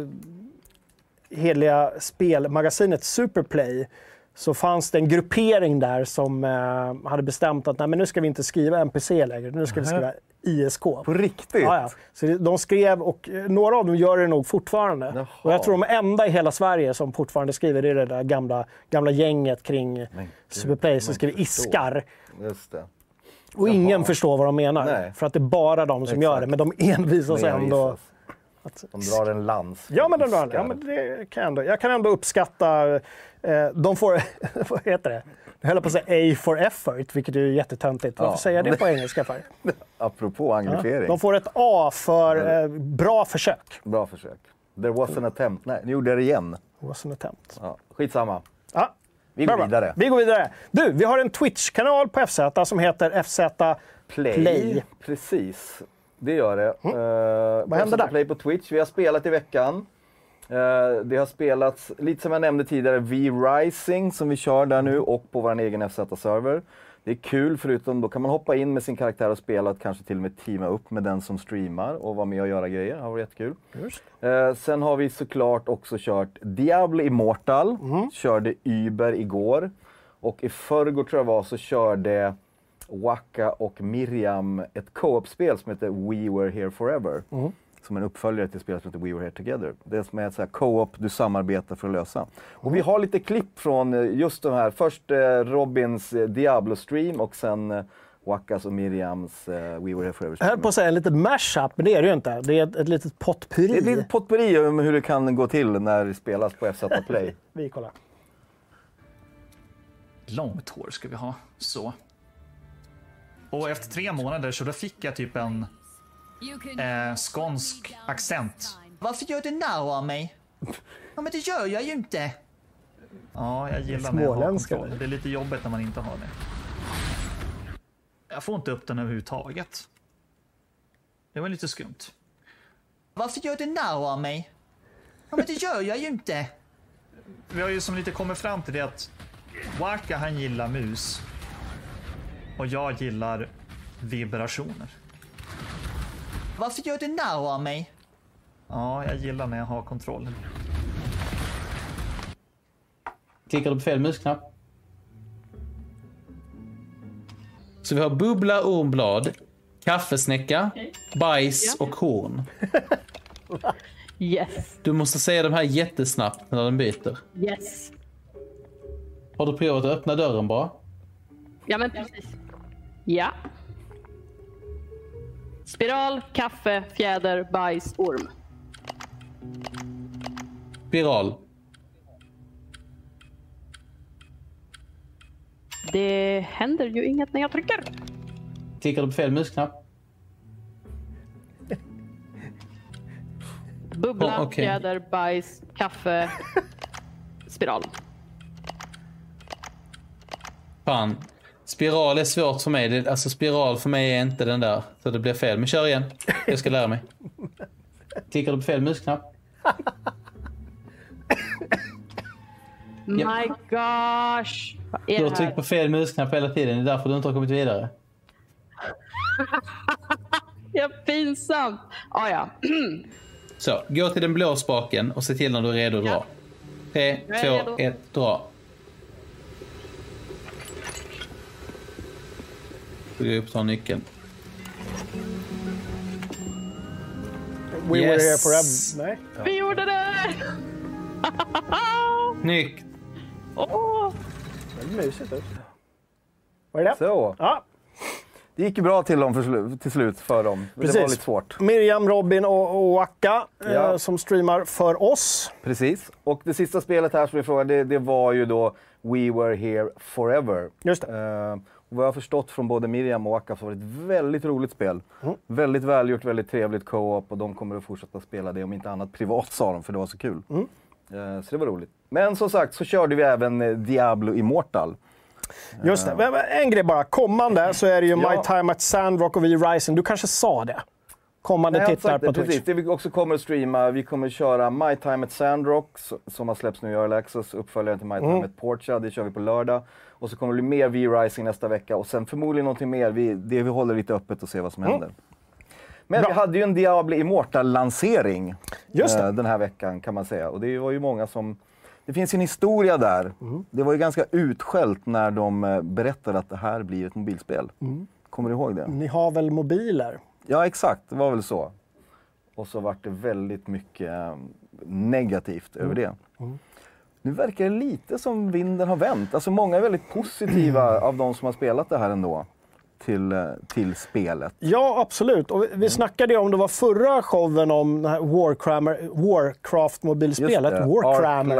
heliga spelmagasinet Superplay, så fanns det en gruppering där som eh, hade bestämt att nej, men nu ska vi inte skriva N P C längre, nu ska vi skriva I S K. På riktigt? Ja, ja. Så de skrev, och några av dem gör det nog fortfarande. Jaha. Och jag tror de är enda i hela Sverige som fortfarande skriver, det är det där gamla, gamla gänget kring men, Superplay som skriver Iskar. Just det. Och Jaha. ingen förstår vad de menar, nej. För att det är bara de som Exakt. gör det, men de envisas ändå. Att, de drar en lans. Ja, men, de drar, ja, men det kan jag, ändå, jag kan ändå uppskatta, eh, de får, vad heter det? Jag höll på att säga A for effort, vilket är jättetöntigt. Varför ja. säger jag det på engelska för? Apropå anglifiering. Ja, de får ett A för eh, bra försök. Bra försök. There was an attempt. Nej, nu gjorde jag det igen. There was an attempt. Ja, skitsamma. Ja. Vi går vidare. Vi går vidare. Du, vi har en Twitch-kanal på F Z som heter F Z Play. Play. Precis, det gör det. Mm. Uh, Vad händer där? Play på Twitch. Vi har spelat i veckan. Uh, det har spelats, lite som jag nämnde tidigare, V-Rising som vi kör där nu och på vår egen F Z-server. Det är kul, förutom då kan man hoppa in med sin karaktär och spela, att kanske till och med teama upp med den som streamar och vara med och göra grejer. Det har varit jättekul. Uh, sen har vi såklart också kört Diablo Immortal, mm. körde Uber igår. Och i förrgår tror jag var så körde Waka och Miriam ett co-op-spel som heter We Were Here Forever. Mm. Som en uppföljare till spelet som heter We Were Here Together. Det är som är ett så här co-op du samarbetar för att lösa. Mm. Och vi har lite klipp från just de här. Först eh, Robins Diablo-stream och sen eh, Wakas och Miriams eh, We Were Here Forever. Jag höll på att säga en liten mashup, men det är det ju inte. Det är ett, ett litet potpurri. Det är ett litet potpurri om hur det kan gå till när det spelas på F Z Play. Vi kollar. Långt hår ska vi ha, så. Och efter tre månader så då fick jag typ en eh, skånsk accent. Varför gör du narr av mig? Ja, men det gör jag ju inte. Ja, jag gillar när jag har kontroll. Det är lite jobbigt när man inte har det. Jag får inte upp den överhuvudtaget. Det var lite skumt. Varför gör du narr av mig? Ja, men det gör jag ju inte. Vi har ju som lite kommit fram till det att Waka, han gillar mus. Och jag gillar vibrationer. Varför gör du narr av mig? Ja, jag gillar när jag har kontroll. Klickar du på fel musknapp? Så vi har bubbla, ormblad, kaffesnäcka, bajs och horn. Yes. Du måste säga de här jättesnabbt när den byter. Yes. Har du provat att öppna dörren bra? Ja, men precis. Ja. Spiral, kaffe, fjäder, bajs, orm. Spiral. Det händer ju inget när jag trycker. Klickar du på fel musknapp? Bubbla, oh, okay. Fjäder, bajs, kaffe, spiral. Fan. Spiral är svårt för mig. Det, alltså spiral för mig är inte den där. Så det blir fel. Men kör igen. Jag ska lära mig. Klickar du på fel musknapp? My yep. gosh. Du har tryckt på fel musknapp hela tiden. Det är därför du inte har kommit vidare. Ja, pinsamt. Ah, ja. Så, gå till den blå spaken och se till när du är redo att dra. tre, två, ett, dra. Du går upp och tar nyckeln. We yes. were here forever. Nej. Ja. Vi gjorde det! Snyggt. Åh! Det är mysigt ut. Vad är det? Så. Ja. Det gick ju bra till dem för slu- till slut för dem. Precis. Det var lite svårt. Miriam, Robin och, och Akka Ja. eh, som streamar för oss. Precis. Och det sista spelet här som vi frågade, det, det var ju då We Were Here Forever. Just det. Uh, och vad jag har förstått från både Miriam och Akka så var det ett väldigt roligt spel. Mm. Väldigt välgjort, väldigt trevligt co-op och de kommer att fortsätta spela det om inte annat privat sa de för det var så kul. Mm. Uh, så det var roligt. Men som sagt så körde vi även Diablo Immortal. Just det. Men en grej bara. Kommande så är det ju Ja. My Time at Sandrock och V-Rising. Du kanske sa det. Kommande Nej, tittar på det, Twitch. precis. Det vi också kommer att streama, vi kommer att köra My Time at Sandrock som har släppts nu i Early Access, uppföljaren till My Time Mm. at Portia, det kör vi på lördag. Och så kommer det bli mer V-Rising nästa vecka och sen förmodligen någonting mer, vi, det vi håller lite öppet och ser vad som Mm. händer. Men Bra. vi hade ju en Diablo Immortal-lansering Just det. eh, den här veckan kan man säga. Och det var ju många som... Det finns ju en historia där. Mm. Det var ju ganska utskällt när de eh, berättade att det här blir ett mobilspel. Mm. Kommer du ihåg det? Ni har väl mobiler? Ja, exakt. Det var väl så. Och så var det väldigt mycket eh, negativt Mm. över det. Mm. Nu verkar det lite som vinden har vänt. Alltså många är väldigt positiva av de som har spelat det här ändå. Till, eh, till spelet. Ja, absolut. Och vi, vi snackade ju om, det var förra showen om det här Warcrammer, Warcraft-mobilspelet. Just det. Warcrammer.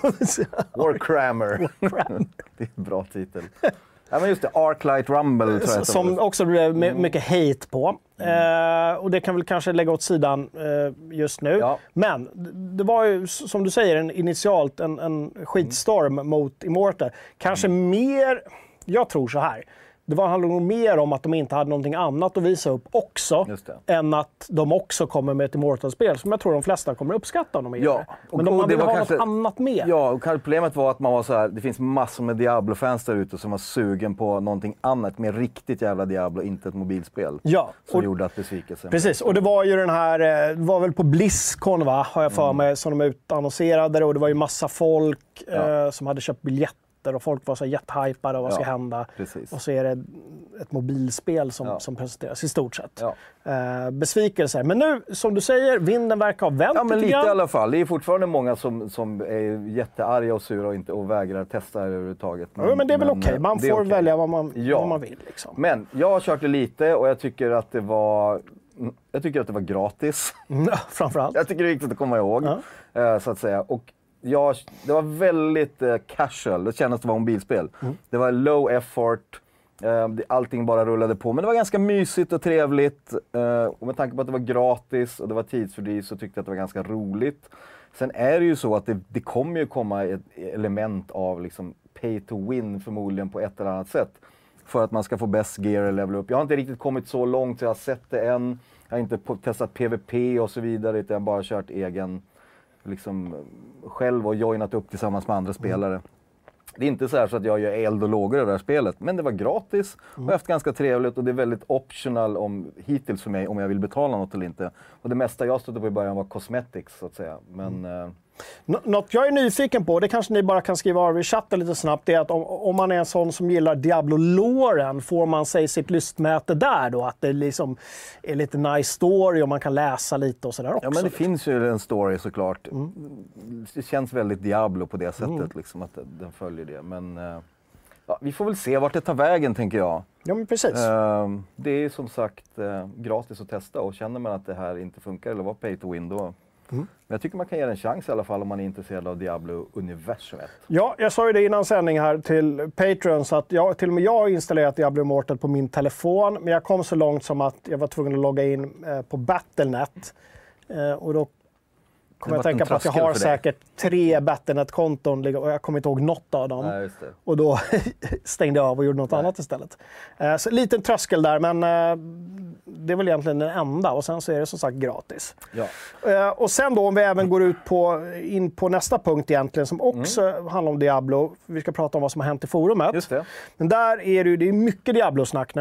Warcrammer. Det är en bra titel. Ja, men just det, Arclight Rumble tror jag Som det också blev my- mycket hate på. Mm. Eh, och det kan väl kanske lägga åt sidan eh, just nu. Ja. Men d- det var ju, s- som du säger, en, initialt en, en skitstorm mm. mot Immortal. Kanske mm. mer, jag tror så här. Det var handlade nog mer om att de inte hade någonting annat att visa upp också, än att de också kommer med ett Immortal-spel som jag tror de flesta kommer uppskatta om de gör Ja, det. Men de och ville ha kanske, något annat med. Ja, och problemet var att man var så här, det finns massor med Diablo-fans där ute som var sugen på någonting annat, med riktigt jävla Diablo, inte ett mobilspel. Ja. Som och, gjorde att besvikelsen. Precis, och det var ju den här, det var väl på BlizzCon va, har jag för mig, mm. som de utannonserade det, och det var ju massa folk ja. eh, som hade köpt biljetter. Och folk var så jättehypade och vad ska ja, hända. Precis. Och så är det ett mobilspel som, ja. som presenteras i stort sett. Ja. Eh, besvikelser. Men nu, som du säger, vinden verkar ha vänt Ja, men lite grann. i alla fall. Det är fortfarande många som, som är jättearga och sura och, inte, och vägrar testa det överhuvudtaget. Men, ja, men det är väl okej. Okay. Man får okay. välja vad man, ja. vad man vill. Liksom. Men jag har kört det lite och jag tycker att det var, jag tycker att det var gratis. Ja, framförallt. Jag tycker det är viktigt att komma ihåg, ja. eh, så att säga. Och ja, det var väldigt eh, casual, det kändes att det var mobilspel. Mm. Det var low effort, eh, allting bara rullade på. Men det var ganska mysigt och trevligt. Eh, och med tanke på att det var gratis och det var tidsfördriv så tyckte jag att det var ganska roligt. Sen är det ju så att det, det kommer ju komma ett element av liksom pay to win förmodligen på ett eller annat sätt. För att man ska få best gear eller level up. Jag har inte riktigt kommit så långt så jag har sett det än. Jag har inte testat PvP och så vidare utan jag har bara kört egen... liksom själv och joinat upp tillsammans med andra spelare. Mm. Det är inte så här så att jag gör eld och lågor över det här spelet, men det var gratis och mm. haft ganska trevligt och det är väldigt optional om, hittills för mig om jag vill betala något eller inte. Och det mesta jag stötte på i början var cosmetics så att säga. Men, mm. eh... Nå- något jag är nyfiken på, det kanske ni bara kan skriva av i chatten lite snabbt, det är att om, om man är en sån som gillar Diablo-låren, får man sig sitt lystmäte där då? Att det liksom är lite nice story och man kan läsa lite och sådär också? Ja, men det finns ju en story såklart. Mm. Det känns väldigt Diablo på det sättet, mm. liksom, att den följer det. Men eh, ja, vi får väl se vart det tar vägen, tänker jag. Ja, men precis. Eh, det är som sagt eh, gratis att testa och känner man att det här inte funkar eller var pay to win då. Mm. Men jag tycker man kan ge en chans i alla fall om man är intresserad av Diablo-universumet. Ja, jag sa ju det innan sändning här till Patreon så att jag, till och med jag har installerat Diablo Immortal på min telefon. Men jag kom så långt som att jag var tvungen att logga in eh, på Battle dot net. Eh, och då kommer jag tänka på att jag har säkert tre Battle dot net-konton och jag kommer inte ihåg något av dem. Nej, just det. Och då stängde jag av och gjorde något Nej. annat istället. Eh, så liten tröskel där, men eh, det är väl egentligen den enda. Och sen så är det som sagt gratis. Ja. Eh, och sen då om vi även går ut på, in på nästa punkt egentligen som också mm. handlar om Diablo. Vi ska prata om vad som har hänt i forumet. Just det. Men där är det, det är mycket Diablo-snack nu.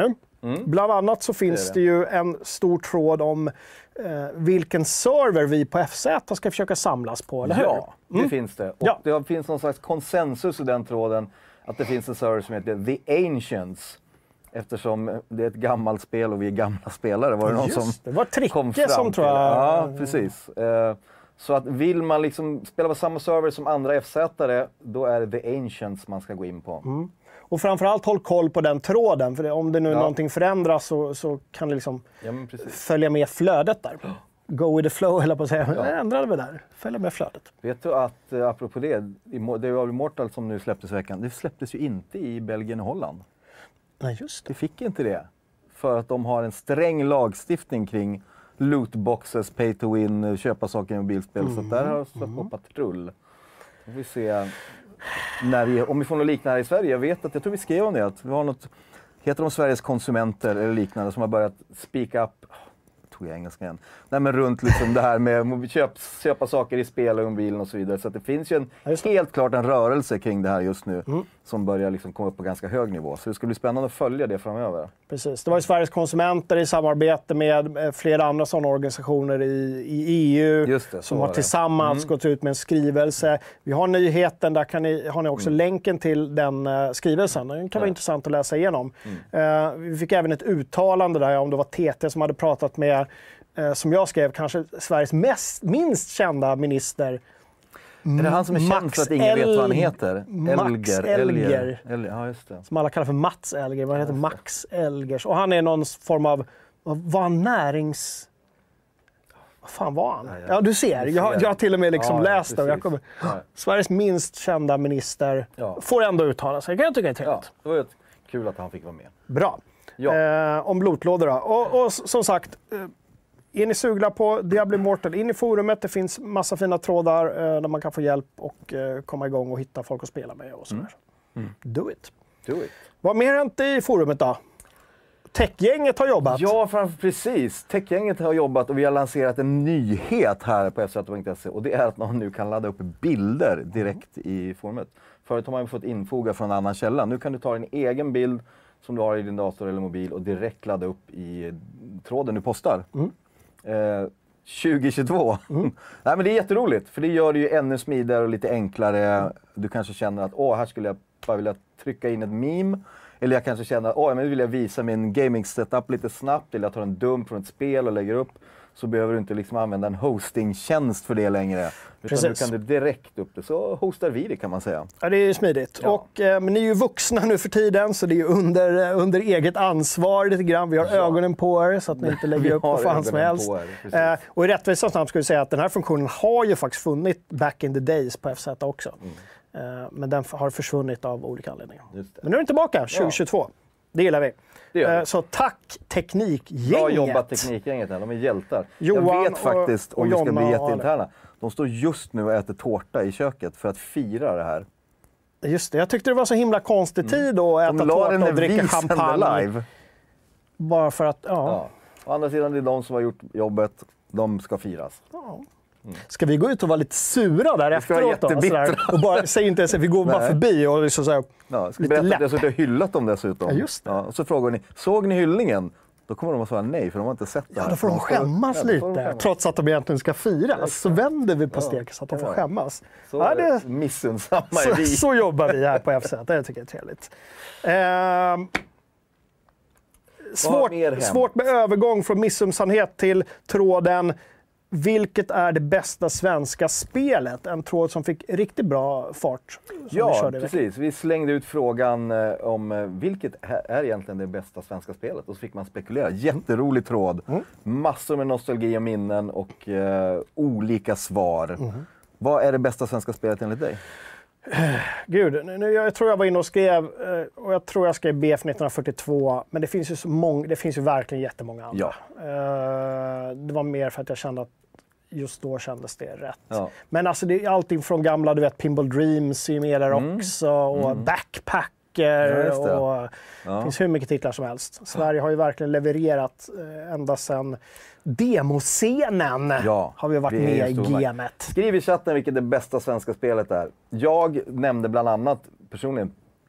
Mm. Bland annat så finns det, det. det ju en stor tråd om eh, vilken server vi på F Z ska försöka samlas på, eller hur? Ja, det mm. finns det. Och ja. det finns någon slags konsensus i den tråden att det finns en server som heter The Ancients. Eftersom det är ett gammalt spel och vi är gamla spelare. Var det någon Just, som det var Tricke kom fram som tror jag... Ja, precis. Eh, så att vill man liksom spela på samma server som andra F Z-are, då är det The Ancients man ska gå in på. Mm. Och framförallt håll koll på den tråden, för om det nu ja. någonting förändras så, så kan det liksom ja, följa med flödet där. Go with the flow, eller på att säga. Ja. Jag ändrade vi där. Följa med flödet. Vet du att, äh, apropå det, det var Immortal som nu släpptes i veckan. Det släpptes ju inte i Belgien och Holland. Nej, just det. Det fick inte det. För att de har en sträng lagstiftning kring lootboxes, pay to win, köpa saker i mobilspel. Mm. Så där har det mm. hoppat trull. Då får vi se när vi, om vi får något liknande här i Sverige. Jag vet att, jag tror vi skrev om det, att vi har något, heter de Sveriges konsumenter eller liknande, som har börjat speak up. Tog jag engelska igen. Nej, men runt liksom det här med köp, köpa saker i spel och mobilen och så vidare. Så att det finns ju en, helt klart en rörelse kring det här just nu mm. som börjar liksom komma upp på ganska hög nivå. Så det ska bli spännande att följa det framöver. Precis. Det var ju Sveriges konsumenter i samarbete med flera andra sådana organisationer i, i E U just det, som har tillsammans mm. gått ut med en skrivelse. Vi har nyheten, där kan ni, har ni också mm. länken till den uh, skrivelsen. Den kan vara ja. intressant att läsa igenom. Mm. Uh, vi fick även ett uttalande där, om det var T T som hade pratat med, uh, som jag skrev, kanske Sveriges mest, minst kända minister. Är det han som är känd Max för att ingen El... vet vad han heter? Max Elger. Elger. Elger. Ja, just det. Som alla kallar för Mats Elger. Han heter Max Elgers. Och han är någon form av... Vad var närings... Vad fan var han? Ja, du ser. Jag, jag har till och med liksom ja, läst det. Jag kommer... ja. Sveriges minst kända minister ja. får ändå uttala sig. Det kan jag tycka är trevligt. Ja, det var ju kul att han fick vara med. Bra. Ja. Eh, om blotlådor då. Och, och som sagt... Eh, Är ni sugna på Diablo Immortal, in i forumet. Det finns massa fina trådar eh, där man kan få hjälp och eh, komma igång och hitta folk att spela med och sådär. Mm. Mm. Do it. Do it. Vad mer hänt i forumet då? Techgänget har jobbat. Ja, framför precis. Techgänget har jobbat och vi har lanserat en nyhet här på f z punkt se. Och det är att man nu kan ladda upp bilder direkt mm. i forumet. Förut har man fått infoga från en annan källa. Nu kan du ta din egen bild som du har i din dator eller mobil och direkt ladda upp i tråden du postar. Mm. Eh, tjugo tjugotvå. Mm. Nej, men det är jätteroligt, för det gör det ju ännu smidigare och lite enklare. Du kanske känner att åh, här skulle jag bara vilja trycka in ett meme. Eller jag kanske känner att åh, men vill jag visa min gaming setup lite snabbt. Eller jag tar en dump från ett spel och lägger upp. Så behöver du inte liksom använda en hostingtjänst för det längre. Utan du kan du direkt upp det. Så hostar vi det, kan man säga. Ja, det är ju smidigt. Ja. Och, eh, men ni är ju vuxna nu för tiden, så det är ju under, under eget ansvar lite grann. Vi har ja. ögonen på er så att ni inte lägger upp vad fan som helst. Eh, och i rättvisans namn ska vi säga att den här funktionen har ju faktiskt funnits back in the days på F Z också. Mm. Eh, men den har försvunnit av olika anledningar. Men nu är den tillbaka, tjugo tjugotvå. Ja. Det gillar vi. Det så tack Teknikgänget. Bra jobbat Teknikgänget här, de är hjältar. Johan jag vet faktiskt, och, och om vi ska bli jätteinterna, de står just nu och äter tårta i köket för att fira det här. Just det, jag tyckte det var så himla konstig tid att äta de tårta och dricka champagne. Live. Bara för att, ja. ja. Å andra sidan, det är de som har gjort jobbet, de ska firas. Ja. Mm. Ska vi gå ut och vara lite sura där efteråt då? Sådär, och bara, säg inte ens, vi går bara förbi och liksom såhär, ja, ska lite lätt. Jag har hyllat dem dessutom. Ja, just det. Ja, och så frågar ni, såg ni hyllningen? Då kommer de att svara nej, för de har inte sett det. Ja, då får de skämmas ja, lite, de skämmas. Trots att de egentligen ska firas. Så vänder vi på steken så att de får skämmas. Så ja, det, missunnsamma så, är vi. Så jobbar vi här på F Z, det tycker jag är trevligt. Eh, svårt, svårt med övergång från missunnsamhet till tråden vilket är det bästa svenska spelet? En tråd som fick riktigt bra fart. Ja, vi precis. Vi slängde ut frågan eh, om eh, vilket är egentligen det bästa svenska spelet. Och så fick man spekulera. Jätterolig tråd. Mm. Massor med nostalgi och minnen och eh, olika svar. Mm. Vad är det bästa svenska spelet enligt dig? Gud, nu, jag tror jag var inne och skrev, och jag tror jag skrev B F nittonhundrafyrtiotvå, men det finns ju så många, det finns ju verkligen jättemånga andra. Ja. Det var mer för att jag kände att just då kändes det rätt. Ja. Men alltså det är allting från gamla, du vet, Pinball Dreams är med där mm. också, och mm. Backpacker, ja, det. och ja. det finns hur mycket titlar som helst. Sverige har ju verkligen levererat ända sedan demoscenen ja, har vi varit vi med i gamet. Skriv i chatten vilket det bästa svenska spelet är. Jag nämnde bland annat personligen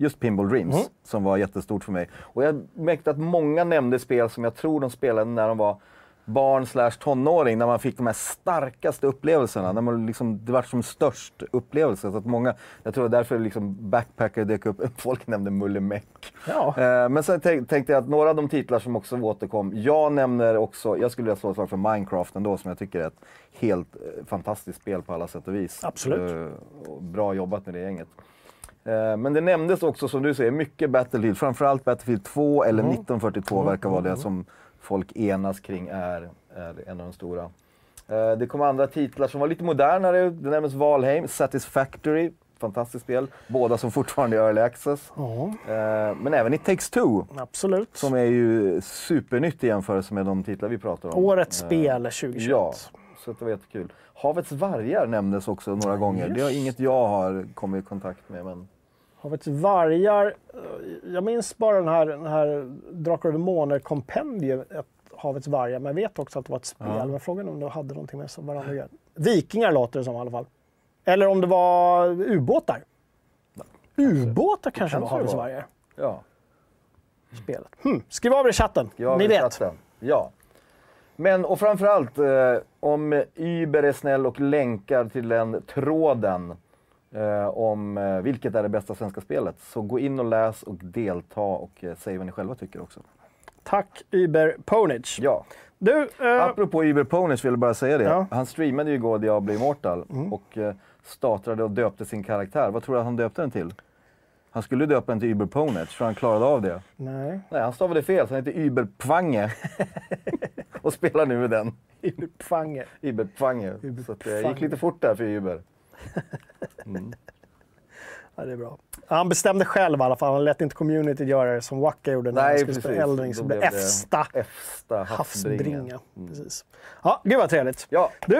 just Pinball Dreams, mm. som var jättestort för mig. Och jag märkte att många nämnde spel som jag tror de spelade när de var barn slash tonåring, när man fick de här starkaste upplevelserna, när man liksom, det var som störst upplevelse. Så att många, jag tror därför liksom Backpacker dök upp, folk nämnde Mulle Meck. Ja. Eh, men sen tänk, tänkte jag att några av de titlar som också återkom, jag nämner också, jag skulle vilja slå ett slag för Minecraft ändå, som jag tycker är ett helt eh, fantastiskt spel på alla sätt och vis. Absolut. Eh, och bra jobbat med det gänget. Eh, men det nämndes också, som du säger, mycket Battlefield, framförallt Battlefield två eller mm. nitton fyrtiotvå mm. verkar vara det som folk enas kring är, är en av de stora. Eh, det kom andra titlar som var lite modernare. Det nämns Valheim, Satisfactory, fantastiskt spel. Båda som fortfarande är early access. Oh. Eh, men även It Takes Two. Absolut. Som är ju supernytt i jämförelse med de titlar vi pratar om. Årets eh, spel tjugohundratjugoett. Ja, så det var jättekul. Havets vargar nämndes också några gånger. Just. Det är inget jag har kommit i kontakt med. Men... Havets vargar, jag minns bara den här, den här Drakar och Demoner kompendium, Havets vargar, men jag vet också att det var ett spel. Ja. Men frågan är om de hade någonting med varandra att göra. Vikingar låter det som i alla fall. Eller om det var ubåtar. Ja, ubåtar kanske, kanske var Havets vargar. Ja. Spelet. Hmm. Skriv av det i chatten, ni vet. Chatten. Ja. Men och framförallt eh, om Uber är snäll och länkar till den tråden eh, om eh, vilket är det bästa svenska spelet, så gå in och läs och delta och eh, säg vad ni själva tycker också. Tack Uber Ponage. Ja. Du, eh... Apropå Uber Ponage vill jag bara säga det. Ja. Han streamade ju igår Diablo Immortal mm. och eh, startade och döpte sin karaktär. Vad tror du att han döpte den till? Han skulle döpa den till Uber Ponage, för han klarade av det. Nej. Nej, han stavade fel, så han heter Uber Pfange. Och spelar nu med den. Uber Pfange. Uber Pfange. Uber så det gick lite fort där för Uber. Mm. Ja, det är bra. Han bestämde själv i alla fall. Han lät inte community göra det som Wacka gjorde när Nej, han skulle precis. spela Eldring. Så det blev Efsta. Efsta havsbringa. Mm. Precis. Ja, gud vad trevligt. Ja. Du,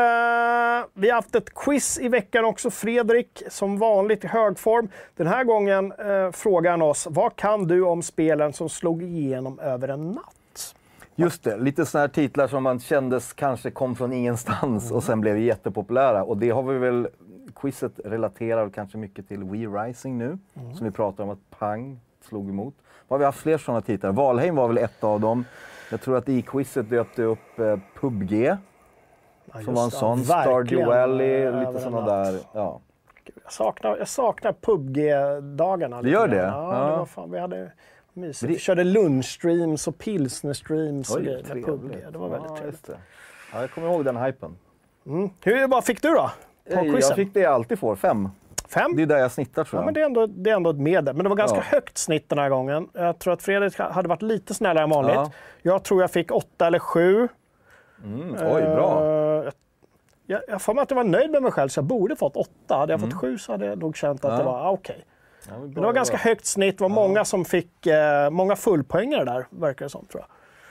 eh, vi har haft ett quiz i veckan också. Fredrik, som vanligt i hög form. Den här gången eh, frågar han oss, vad kan du om spelen som slog igenom över en natt? Just det, lite sådana här titlar som man kändes kanske kom från ingenstans mm. och sen blev jättepopulära. Och det har vi väl, quizet relaterar kanske mycket till We Rising nu, mm. som vi pratar om att pang slog emot. Vad har vi haft fler sådana titlar? Valheim var väl ett av dem. Jag tror att i quizet döpte upp eh, P U B G, ja, som var en sån. Ja, Stardew Valley, lite sådana där. Ja. Jag saknar, jag saknar P U B G-dagarna. Det gör det? Ja, ja. Det var fan, vi hade mysigt. Vi körde lunchstreams och pilsnerstreams och grejer med P U B G. Det var väldigt ja, trevligt. Det. Ja, jag kommer ihåg den hypen. Mm. Hur vad fick du då? På jag fick det jag alltid får, fem. Fem? Det är där jag snittar, tror jag. Ja, men det är ändå, det är ändå ett medel. Men det var ganska ja. högt snitt den här gången. Jag tror att Fredrik hade varit lite snällare än vanligt. Ja. Jag tror jag fick åtta eller sju. Mm, oj, bra. Uh, jag jag får mig att jag var nöjd med mig själv, så jag borde fått åtta. Hade jag mm. fått sju så hade jag nog känt att ja. det var okej. Okay. Ja, men det var ganska bra. högt snitt. Det var ja. många som fick, uh, många fullpoängare där, verkar det som, tror jag.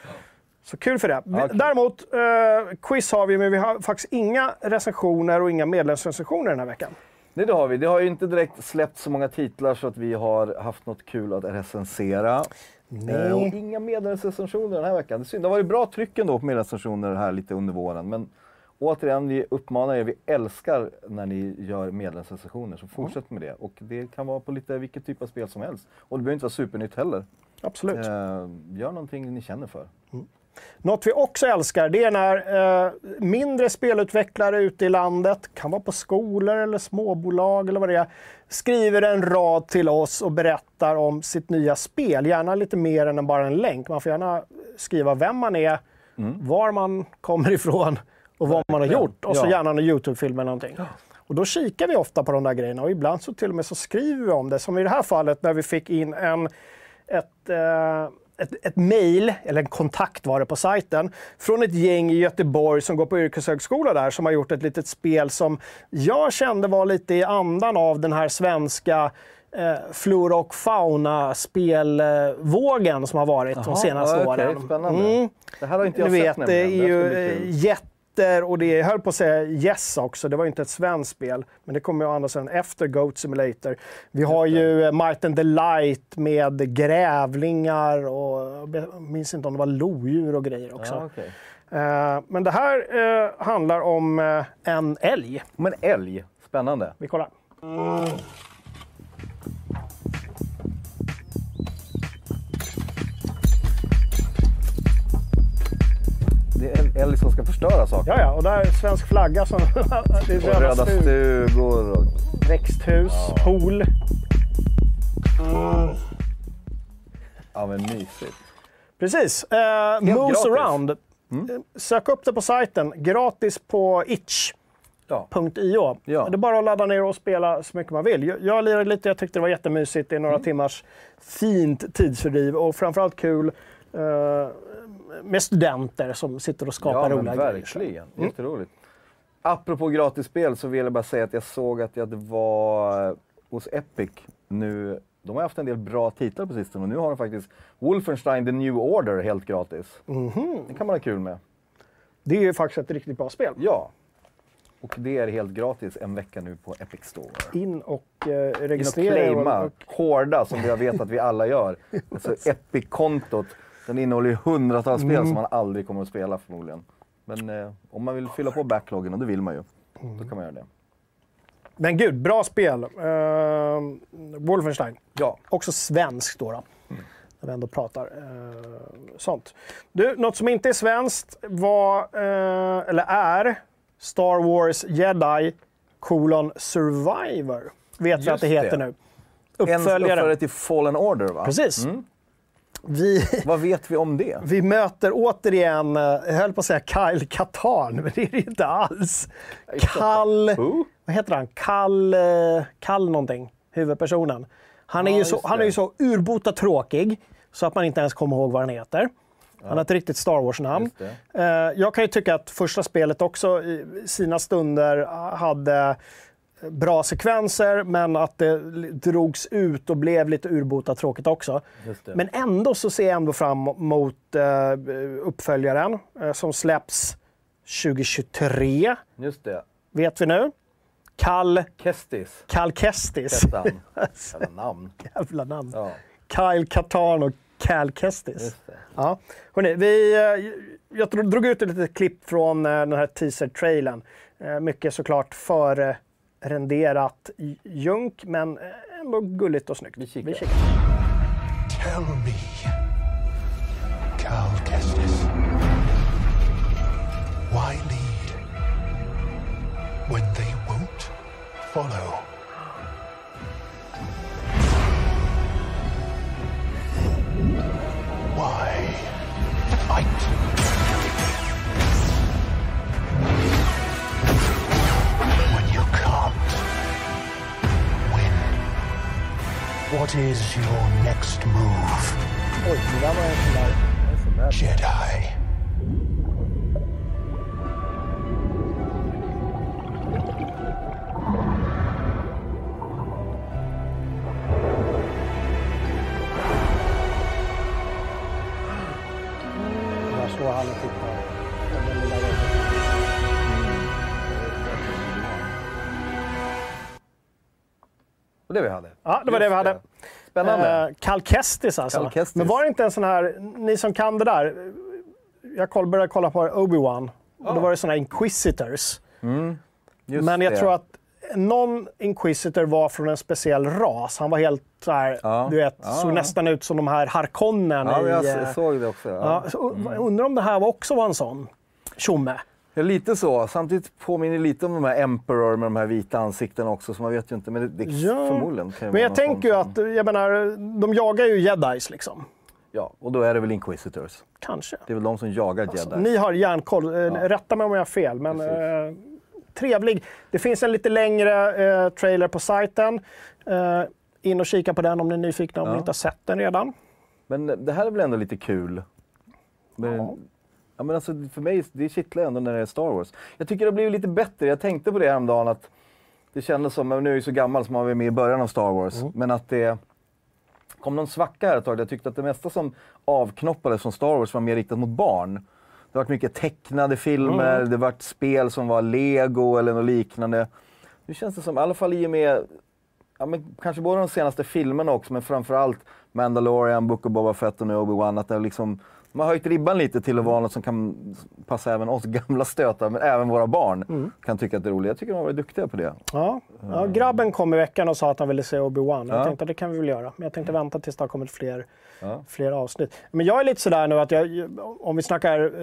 Så kul för det. Okay. Däremot, eh, quiz har vi, men vi har faktiskt inga recensioner och inga medlemsrecensioner den här veckan. Nej, det har vi. Det har ju inte direkt släppt så många titlar så att vi har haft något kul att recensera. Nej. Eh, och inga medlemsrecensioner den här veckan. Det är synd. Det har varit bra tryck ändå på medlemsrecensioner här lite under våren. Men återigen, vi uppmanar er, vi älskar när ni gör medlemsrecensioner. Så fortsätt med det. Och det kan vara på lite vilket typ av spel som helst. Och det behöver inte vara supernytt heller. Absolut. Eh, gör någonting ni känner för. Mm. Något vi också älskar, det är när eh, mindre spelutvecklare ute i landet, kan vara på skolor eller småbolag eller vad det är, skriver en rad till oss och berättar om sitt nya spel. Gärna lite mer än bara en länk. Man får gärna skriva vem man är, mm. var man kommer ifrån och vad man har gjort. Och så ja. gärna en YouTube-film eller någonting. Ja. Och då kikar vi ofta på de där grejerna och ibland så till och med så skriver vi om det. Som i det här fallet när vi fick in en, ett... Eh, Ett, ett mejl, eller en kontakt var det på sajten, från ett gäng i Göteborg som går på yrkeshögskola där, som har gjort ett litet spel som jag kände var lite i andan av den här svenska eh, flora och fauna spelvågen som har varit Aha, de senaste okay, åren. Spännande. Mm. Det här har inte jag du sett vet, det är ju jätte och det är, höll på att säga Yes också, det var ju inte ett svenskt spel, men det kommer ju å andra sidan efter Goat Simulator. Vi har ju Might and Delight med grävlingar och jag minns inte om det var lodjur och grejer också. Ja, okay. uh, men det här uh, handlar om uh, en älg. Om en älg? Spännande. Vi kollar. Mm. älg som ska förstöra saker. Ja, ja, och där är svensk flagga som... det är och röda, röda stugor. Och... växthus, ja. Pool. Mm. Ja, men mysigt. Precis. Uh, Moves Around. Mm. Sök upp det på sajten. Gratis på itch punkt io. Ja. Det är bara att ladda ner och spela så mycket man vill. Jag, jag lirade lite, jag tyckte det var jättemysigt. Det är några mm. timmars fint tidsfördriv och framförallt kul uh, med studenter som sitter och skapar ja, roliga grejer. Verkligen, mm. jätteroligt. Apropå gratisspel så vill jag bara säga att jag såg att jag var hos Epic nu. De har haft en del bra titlar på sistone och nu har de faktiskt Wolfenstein The New Order helt gratis. Mm-hmm. Det kan man ha kul med. Det är ju faktiskt ett riktigt bra spel. Ja. Och det är helt gratis en vecka nu på Epic Store. In och eh, registrera. In och claima. Och... hårda som jag vet att vi alla gör. Alltså Epic-kontot. Den innehåller ju hundratals mm. spel som man aldrig kommer att spela förmodligen. Men eh, om man vill fylla på backloggen, och det vill man ju, mm. då kan man göra det. Men gud, bra spel. Uh, Wolfenstein. Ja. Också svenskt då. då. Mm. När vi ändå pratar uh, sånt. Du, något som inte är svenskt var, uh, eller är, Star Wars Jedi colon Survivor. Vet vi att det heter det. nu. Uppföljare. En uppföljare till Fallen Order, va? Precis. Mm. Vi, Vad vet vi om det? Vi möter återigen, jag höll på att säga Kyle Katarn, men det är det inte alls. Kall, uh. vad heter han? Kall, Kall någonting, huvudpersonen. Han, ja, är ju så, han är ju så urbota tråkig så att man inte ens kommer ihåg vad han heter. Ja. Han har ett riktigt Star Wars-namn. Jag kan ju tycka att första spelet också i sina stunder hade bra sekvenser, men att det drogs ut och blev lite urbota tråkigt också. Men ändå så ser jag ändå fram mot uh, uppföljaren uh, som släpps tjugohundratjugotre. Just det. Vet vi nu? Kall Kestis. Kall Kestis. Jävla namn. Jävla namn. Ja. Kyle Katarn och Cal Kestis. Ja. Hörrni, vi, uh, jag drog ut ett litet klipp från uh, den här teaser-trailern. Uh, mycket såklart för uh, renderat junk, men ändå gulligt och snyggt. Vi kikar. Vi kikar. Tell me, Cal Kestis, why lead when they won't follow? Why fight? What is your next move? Oj, det där var en sån där... Jedi. Där står han och tittar. Den lilla det vi hade. Ja, det var Just det vi hade. Spännande. Uh, Cal Kestis alltså. Cal Kestis. Men var det inte en sån här, ni som kan det där, jag började kolla på Obi-Wan och ja. då var det såna här Inquisitors. Mm. Men jag det. tror att någon Inquisitor var från en speciell ras. Han var helt så här, ja. du vet, ja. såg nästan ut som de här Harkonnen. Ja, i, jag såg det också. Ja. Ja, så, mm. Undrar om det här var också var en sån tjomme. Ja, lite så. Samtidigt påminner lite om de här Emperor med de här vita ansikten också, så man vet ju inte, men det, det ja. förmodligen kan Men jag tänker ju att, jag menar, de jagar ju Jedis liksom. Ja, och då är det väl Inquisitors. Kanske. Det är väl de som jagar alltså, Jedis. Ni har järnkoll. Ja. Rätta mig om jag har fel, men eh, trevlig. Det finns en lite längre eh, trailer på sajten. Eh, in och kika på den om ni är nyfikna, om ja. ni inte har sett den redan. Men det här är väl ändå lite kul. Men, ja. Ja, men alltså, för mig det kittlar ändå när det är Star Wars. Jag tycker det har blivit lite bättre. Jag tänkte på det häromdagen att det kändes som, nu är jag ju så gammal som man var med i början av Star Wars, mm. men att det kom någon svacka här ett tag. Jag tyckte att det mesta som avknoppades från Star Wars var mer riktat mot barn. Det var mycket tecknade filmer, mm. det var spel som var Lego eller något liknande. Nu känns det som, i alla fall i och med, ja, men kanske både de senaste filmerna också, men framförallt Mandalorian, Book of Boba Fett och Obi-Wan, att det liksom, man har höjt ribban lite till att vara något som kan passa även oss gamla stötar, men även våra barn mm. kan tycka att det är roligt. Jag tycker de har varit duktiga på det. Ja. Ja, grabben kom i veckan och sa att han ville se Obi-Wan. Jag ja. tänkte att det kan vi väl göra, men jag tänkte vänta tills det har kommit fler, ja. fler avsnitt. Men jag är lite sådär nu att jag, om vi snackar uh,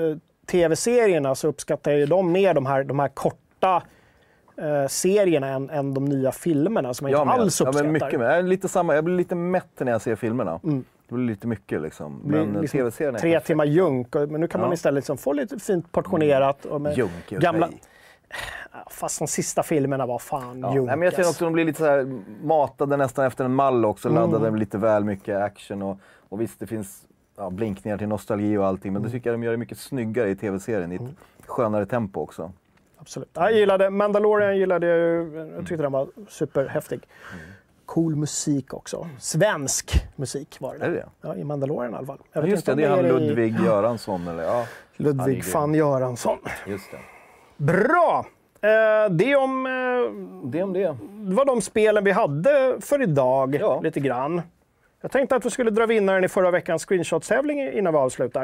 tv-serierna så uppskattar jag ju de mer de här, de här korta eh, serierna än, än de nya filmerna som jag ja, inte men, alls uppskattar. Ja, men mycket mer. Jag, är lite samma, jag blir lite mätt när jag ser filmerna. Mm. Det blir lite mycket liksom. Blir Men liksom tv-serierna är tre perfekt. timmar junk, men nu kan Ja. man istället liksom få lite fint portionerat. Och med Junk är gamla... okej. Fast de sista filmerna var fan Ja. junk. Nej, men jag ser också att de blir lite så här matade nästan efter en mall också. Mm. Laddade med lite väl mycket action. Och, och visst, det finns ja, blinkningar till nostalgi och allting. Men Mm. det tycker jag de gör det mycket snyggare i tv-serien. I ett skönare tempo också. Absolut. Jag gillade Mandalorian, gillade jag, jag tyckte den var superhäftig. Mm. Cool musik också. Svensk musik var det. Är det det? Ja, i Mandalorian i alla fall. Jag Ja, vet just det, inte det är om han i- Ludvig Göransson. Eller? Ja, han är Ludvig grym. van Göransson. Just det. Bra! Eh, det, om, eh, det om det. Det var de spelen vi hade för idag, Ja. lite grann. Jag tänkte att vi skulle dra vinnaren i förra veckans screenshot-tävling innan vi avslutar.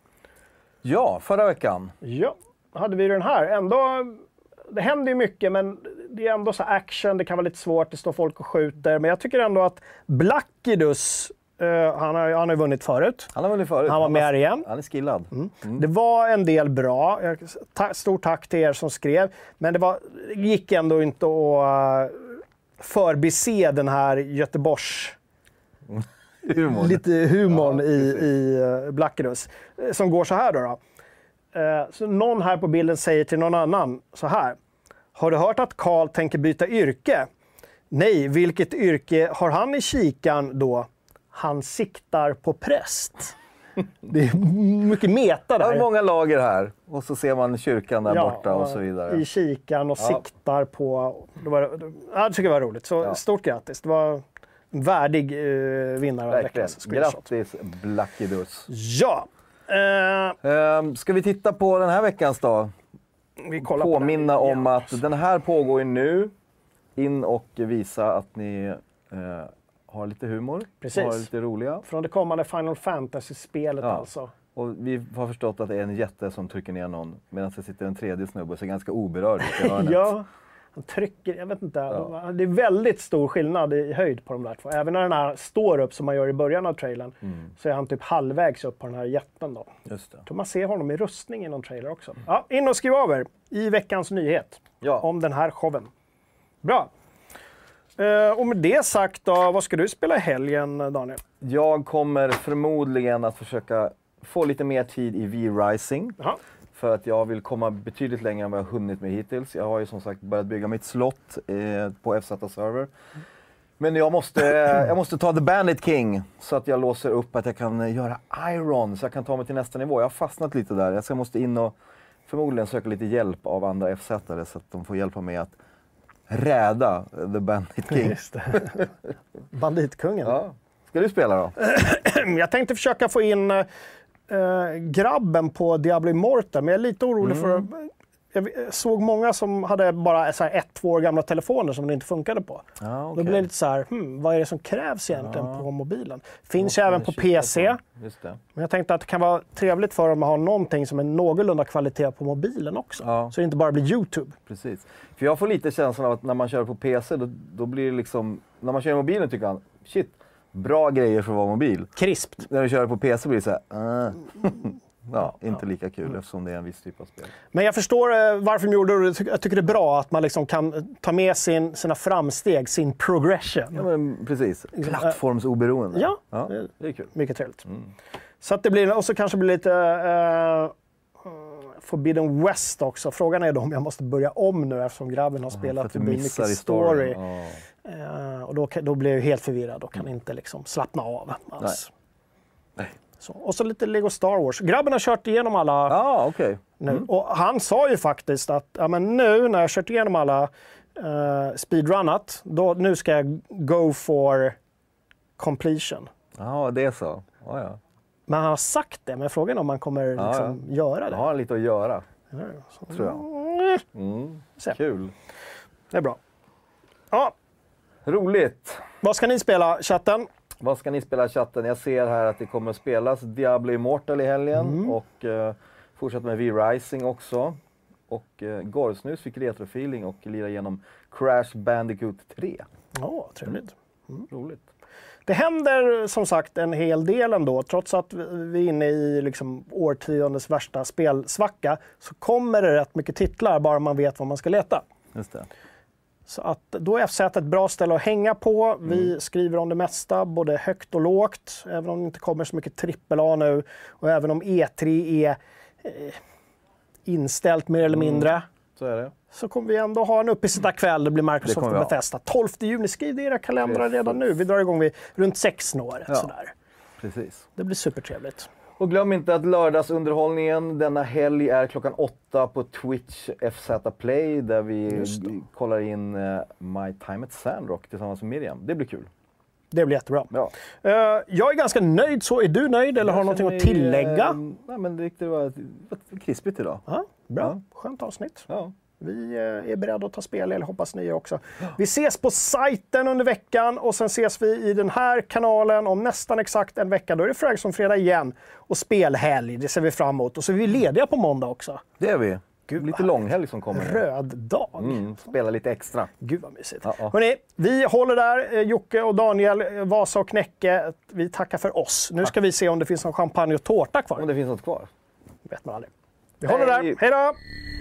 Ja, förra veckan. Ja, hade vi den här. Ändå, det händer ju mycket, men det är ändå så action, det kan vara lite svårt, det står folk och skjuter. Men jag tycker ändå att Blackidus, eh, han har han har ju vunnit förut. Han har vunnit förut. Han var med är, igen. Han är skillad. Mm. Det var en del bra. Jag- ta, stort tack till er som skrev. Men det var, gick ändå inte att uh, förbise den här Göteborgs... Humor. Lite humorn Ja, i, i uh, Blackidus. eh, Som går så här då. då. Eh, så någon här på bilden säger till någon annan så här. Har du hört att Karl tänker byta yrke? Nej, vilket yrke har han i kikan då? Han siktar på präst. Det är mycket meta Det där. är många lager här. Och så ser man kyrkan där Ja, borta och så vidare. I kikan och Ja. siktar på... Det, var, det, ja, det tycker jag var roligt. Så Ja. stort grattis. Det var en värdig uh, vinnare av Verkligen. veckans screenshot. Grattis Blackidus. Ja! Eh, Ehm, ska vi titta på den här veckans då? vi kollar på Påminna den. om att den här pågår ju nu. In och visa att ni eh, har lite humor. Precis. Har lite roliga. Från det kommande Final Fantasy-spelet Ja. alltså. Och vi har förstått att det är en jätte som trycker ner någon medan det sitter en tredje snubbe och ser ganska oberörd ut i hörnet. Ja, han trycker, jag vet inte. Ja. Det är väldigt stor skillnad i höjd på de där två. Även när den här står upp som man gör i början av trailern Mm. så är han typ halvvägs upp på den här jätten då. Just det. Jag tror man ser honom i rustning i någon trailer också. Ja, in och skriv över i veckans nyhet Ja. om den här showen. Bra. Eh, och med det sagt då, vad ska du spela i helgen, Daniel? Jag kommer förmodligen att försöka få lite mer tid i V-Rising. Jaha. För att jag vill komma betydligt längre än vad jag har hunnit med hittills. Jag har ju som sagt börjat bygga mitt slott eh, på F Z-server. Men jag måste, jag måste ta The Bandit King så att jag låser upp att jag kan göra Iron så jag kan ta mig till nästa nivå. Jag har fastnat lite där. Jag ska måste in och förmodligen söka lite hjälp av andra F Z-are så att de får hjälpa mig att räda The Bandit King. Just det. Banditkungen. Ja. Ska du spela då? Jag tänkte försöka få in eh, grabben på Diablo Immortal, men jag är lite orolig Mm. för... Jag såg många som hade bara så här ett, två år gamla telefoner som det inte funkade på. Ja, Då okej. blev det lite så här, hmm, vad är det som krävs egentligen Ja. på mobilen? Finns Måste ju även jag på kika P C. på. Just det. Men jag tänkte att det kan vara trevligt för dem att ha någonting som är någorlunda kvalitet på mobilen också. Ja. Så det inte bara blir YouTube. Precis. För jag får lite känslan av att när man kör på P C, då, då blir det liksom... När man kör i mobilen tycker han, shit, bra grejer för att vara mobil. Krispt. När du kör på P C blir det så här, uh. ja, inte lika kul eftersom det är en viss typ av spel. Men jag förstår eh, varför de gjorde det. Jag tycker- Jag tycker det är bra att man liksom kan ta med sin, sina framsteg, sin progression. Ja, men precis. Plattformsoberoende. Ja, ja, det är kul. Mycket trevligt. Mm. Så att det blir, och så kanske blir lite uh, Forbidden West också. Frågan är då om jag måste börja om nu eftersom grabben har För spelat att du förbi missar mycket i storyn. story. Ja. Eh, och då, kan- då blir jag ju helt förvirrad och kan inte liksom slappna av alls. Nej. Så. Och så lite Lego Star Wars. Grabben har kört igenom alla Ah, okej. nu. Mm. Och han sa ju faktiskt att ja, men nu när jag kört igenom alla uh, speedrunnat, då, nu ska jag go for completion. Ja, det är så. Ja, ja. Men han har sagt det, men frågan är om man kommer Ja, liksom göra Det det. har han lite att göra, Ja, så. tror jag. Mm. Se. Kul. Det är bra. Ja, Roligt. vad ska ni spela, chatten? Vad ska ni spela i chatten? Jag ser här att det kommer att spelas Diablo Immortal i helgen Mm. och eh, fortsatt med V-Rising också. Och eh, Gorsnus fick retrofeeling och lira igenom Crash Bandicoot tre. Ja, trevligt. Roligt. det händer som sagt en hel del ändå. Trots att vi är inne i liksom årtiondets värsta spelsvacka så kommer det rätt mycket titlar bara man vet vad man ska leta. Just det. Så att då är F Z ett bra ställe att hänga på. Vi mm. skriver om det mesta, både högt och lågt. Även om det inte kommer så mycket trippel A nu. Och även om E tre är eh, inställt mer eller mindre. Mm. Så är det. Så kommer vi ändå ha en uppesittarkväll. Det blir Microsoft och Bethesda. tolfte juni, skriv det i era kalendrar redan nu. Vi drar igång vid runt sex nåret. Ja, sådär. Precis. Det blir supertrevligt. Och glöm inte att lördagsunderhållningen denna helg är klockan åtta på Twitch F Z Play där vi kollar in uh, My Time at Sandrock tillsammans med Miriam. Det blir kul. Det blir jättebra. Ja. Uh, jag är ganska nöjd, så är du nöjd eller jag har du någonting att tillägga? Uh, nej, men det, det var, var krispigt idag. Ja, bra, ja. Skönt avsnitt. Ja. Vi är beredda att ta spel, eller hoppas ni är också. Vi ses på sajten under veckan och sen ses vi i den här kanalen om nästan exakt en vecka. Då är det Fragsson fredag igen och spelhelg, det ser vi fram emot. Och så är vi lediga på måndag också. Det är vi. Gud, lite långhelg som kommer. Röd dag. Mm, spela lite extra. Gud vad mysigt. Ja, ja. Hörrni, vi håller där. Jocke och Daniel, Vasa och Knäcke. Vi tackar för oss. Nu ska vi se om det finns någon champagne och tårta kvar. Om det finns något kvar. Vet man aldrig. Vi håller där. Hej då!